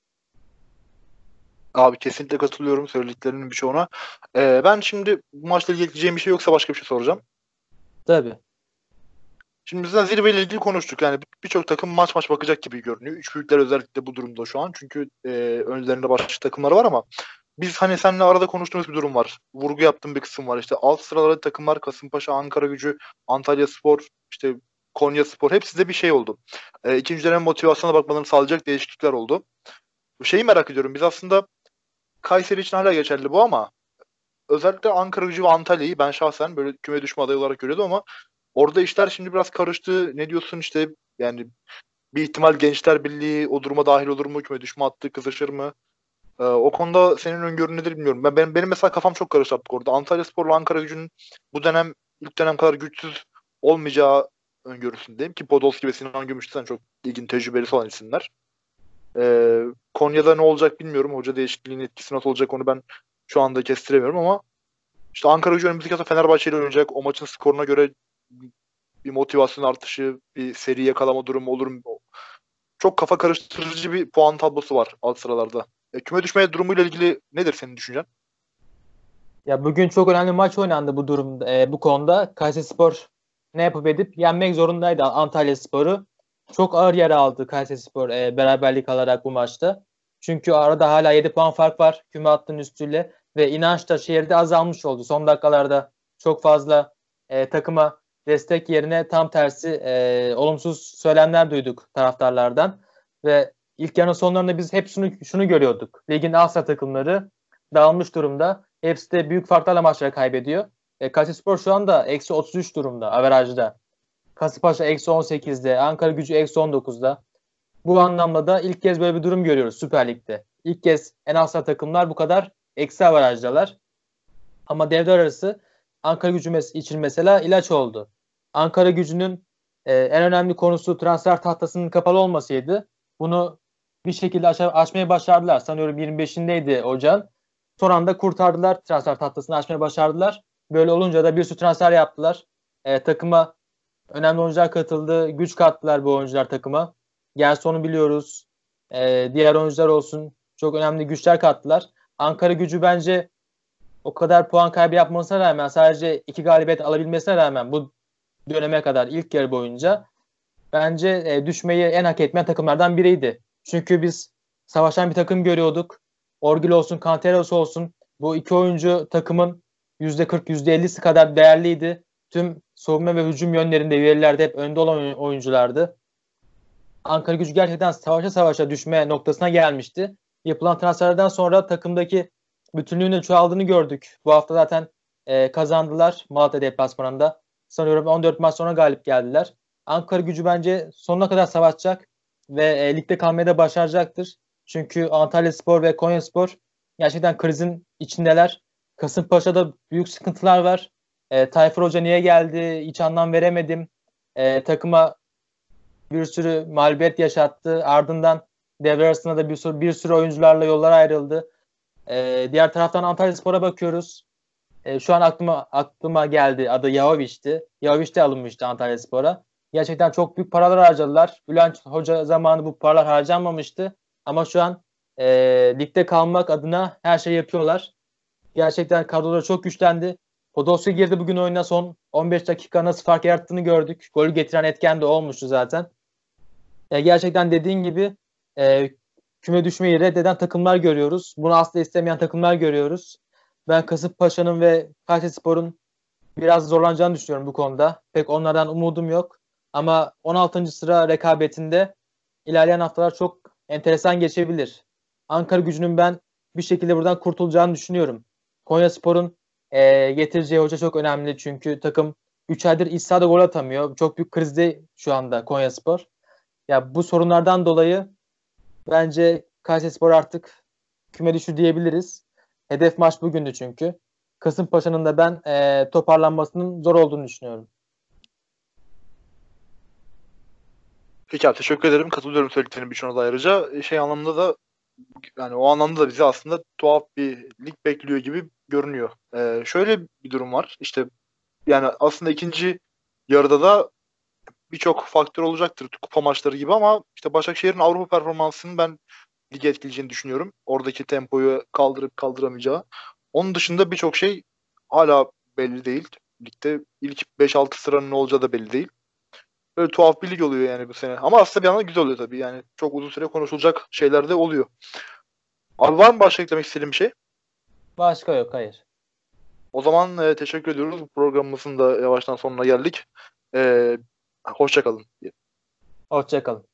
Abi kesinlikle katılıyorum söylediklerinin birçoğuna. Ee, ben şimdi bu maçla ilgili ekleyeceğim bir şey yoksa başka bir şey soracağım. Tabii. Şimdi biz zaten zirveyle ilgili konuştuk. Yani birçok takım maç maç bakacak gibi görünüyor. Üç büyükler özellikle bu durumda şu an. Çünkü e, önlerinde başka takımları var ama biz hani seninle arada konuştuğumuz bir durum var. Vurgu yaptığım bir kısım var. İşte alt sıralarda takımlar Kasımpaşa, Ankaragücü, Antalyaspor, işte Konyaspor hepsi de bir şey oldu. E, ikinci dönem motivasyona bakmalarını sağlayacak değişiklikler oldu. Bu şeyi merak ediyorum. Biz aslında Kayseri için hala geçerli bu ama özellikle Ankaragücü ve Antalya'yı ben şahsen böyle küme düşme adayı olarak görüyordum ama orada işler şimdi biraz karıştı. Ne diyorsun işte yani bir ihtimal Gençler Birliği o duruma dahil olur mu? Küme düşme hattı kızışır mı? Ee, o konuda senin öngörün nedir bilmiyorum. Ben, benim, benim mesela kafam çok karıştı artık orada. Antalyaspor'la Ankaragücü'nün bu dönem ilk dönem kadar güçsüz olmayacağı öngörüsündeyim ki Podolski ve Sinan Gümüşten çok ligin tecrübelisi olan isimler. Ee, Konya'da ne olacak bilmiyorum. Hoca değişikliğinin etkisi nasıl olacak onu ben şu anda kestiremiyorum ama işte Ankaragücü önümüzdeki hafta Fenerbahçe ile oynayacak. O maçın skoruna göre bir motivasyon artışı, bir seri yakalama durumu olur mu? Çok kafa karıştırıcı bir puan tablosu var alt sıralarda. E, küme düşme durumuyla ilgili nedir senin düşüncen? Ya bugün çok önemli maç oynandı bu durumda, e, bu konuda. Kayserispor ne yapıp edip yenmek zorundaydı Antalyaspor'u. Çok ağır yara aldı Kayserispor e, beraberlik alarak bu maçta. Çünkü arada hala yedi puan fark var küme hattının üstüyle ve inanç da şehirde azalmış oldu. Son dakikalarda çok fazla e, takıma destek yerine tam tersi e, olumsuz söylemler duyduk taraftarlardan ve ilk yarının sonlarında biz hep şunu, şunu görüyorduk. Ligin Asya takımları dağılmış durumda. Hepsi de büyük farklarla maçları kaybediyor. E, Kayserispor şu anda eksi otuz üç durumda averajda. Kasımpaşa eksi on sekizde, Ankaragücü eksi on dokuzda. Bu anlamda da ilk kez böyle bir durum görüyoruz Süper Lig'de. İlk kez en asla takımlar bu kadar eksi averajdalar. Ama devre arası Ankaragücü mes- için mesela ilaç oldu. Ankaragücü'nün e, en önemli konusu transfer tahtasının kapalı olmasıydı. Bunu bir şekilde aş- aşmayı başardılar. Sanıyorum yirmi beşindeydi Ocağın. Son anda kurtardılar, transfer tahtasını açmaya başardılar. Böyle olunca da bir sürü transfer yaptılar. E, takıma önemli oyuncular katıldı. Güç kattılar bu oyuncular takıma. Gerson'u biliyoruz. E, diğer oyuncular olsun. Çok önemli güçler kattılar. Ankaragücü bence o kadar puan kaybı yapmasına rağmen, sadece iki galibiyet alabilmesine rağmen bu döneme kadar ilk yarı boyunca bence e, düşmeyi en hak etmeyen takımlardan biriydi. Çünkü biz savaşan bir takım görüyorduk. Orgül olsun, Kanteros olsun. Bu iki oyuncu takımın yüzde kırk yüzde ellisi kadar değerliydi. Tüm savunma ve hücum yönlerinde, verilerde hep önde olan oyunculardı. Ankaragücü gerçekten savaşa savaşa düşme noktasına gelmişti. Yapılan transferlerden sonra takımdaki bütünlüğünün çoğaldığını gördük. Bu hafta zaten e, kazandılar Malatya deplasmanında. Sanıyorum on dört maç sonra galip geldiler. Ankaragücü bence sonuna kadar savaşacak ve e, ligde kalmayı da başaracaktır. Çünkü Antalyaspor ve Konyaspor gerçekten krizin içindeler. Kasımpaşa'da büyük sıkıntılar var. E, Tayfur Hoca niye geldi? Hiç anlam veremedim. E, takıma bir sürü mağlubiyet yaşattı. Ardından devre arasında da bir sürü, bir sürü oyuncularla yollara ayrıldı. Ee, diğer taraftan Antalyaspor'a bakıyoruz. Ee, şu an aklıma aklıma geldi. Adı Yahovic'ti. Yahovic de alınmıştı Antalyaspor'a. Gerçekten çok büyük paralar harcadılar. Bülent Hoca zamanı bu paralar harcanmamıştı. Ama şu an e, ligde kalmak adına her şeyi yapıyorlar. Gerçekten kadroları çok güçlendi. Podolski girdi bugün oyuna, son on beş dakika nasıl fark yarattığını gördük. Golü getiren etken de olmuştu zaten. E, gerçekten dediğin gibi e, küme düşmeyi reddeden takımlar görüyoruz. Bunu asla istemeyen takımlar görüyoruz. Ben Kasımpaşa'nın ve Kayserispor'un biraz zorlanacağını düşünüyorum bu konuda. Pek onlardan umudum yok. Ama on altıncı sıra rekabetinde ilerleyen haftalar çok enteresan geçebilir. Ankaragücü'nün ben bir şekilde buradan kurtulacağını düşünüyorum. Konyaspor'un e, getireceği hoca çok önemli. Çünkü takım üç aydır iç sahada gol atamıyor. Çok büyük krizde şu anda Konyaspor. Ya bu sorunlardan dolayı bence Kayserispor artık küme düştü diyebiliriz. Hedef maç bugündü çünkü. Kasımpaşa'nın da ben e, toparlanmasının zor olduğunu düşünüyorum. Peki abi, teşekkür ederim. Katılıyorum söylediklerinin birçoğuna da ayrıca. E, Şey anlamında da, yani o anlamda da bizi aslında tuhaf bir lig bekliyor gibi görünüyor. Ee, şöyle bir durum var. İşte yani aslında ikinci yarıda da birçok faktör olacaktır, kupa maçları gibi, ama işte Başakşehir'in Avrupa performansının ben ligi etkileyeceğini düşünüyorum. Oradaki tempoyu kaldırıp kaldıramayacağı. Onun dışında birçok şey hala belli değil. Ligde ilk beş altı sıranın ne olacağı da belli değil. Böyle tuhaf bir lig oluyor yani bu sene. Ama aslında bir yandan güzel oluyor tabii. Yani çok uzun süre konuşulacak şeyler de oluyor. Abi, var mı başka eklemek istediğin bir şey? Başka yok, hayır. O zaman e, teşekkür ediyoruz. Bu programımızın da yavaştan sonuna geldik. E, Hoşça kalın. Hoşça kalın.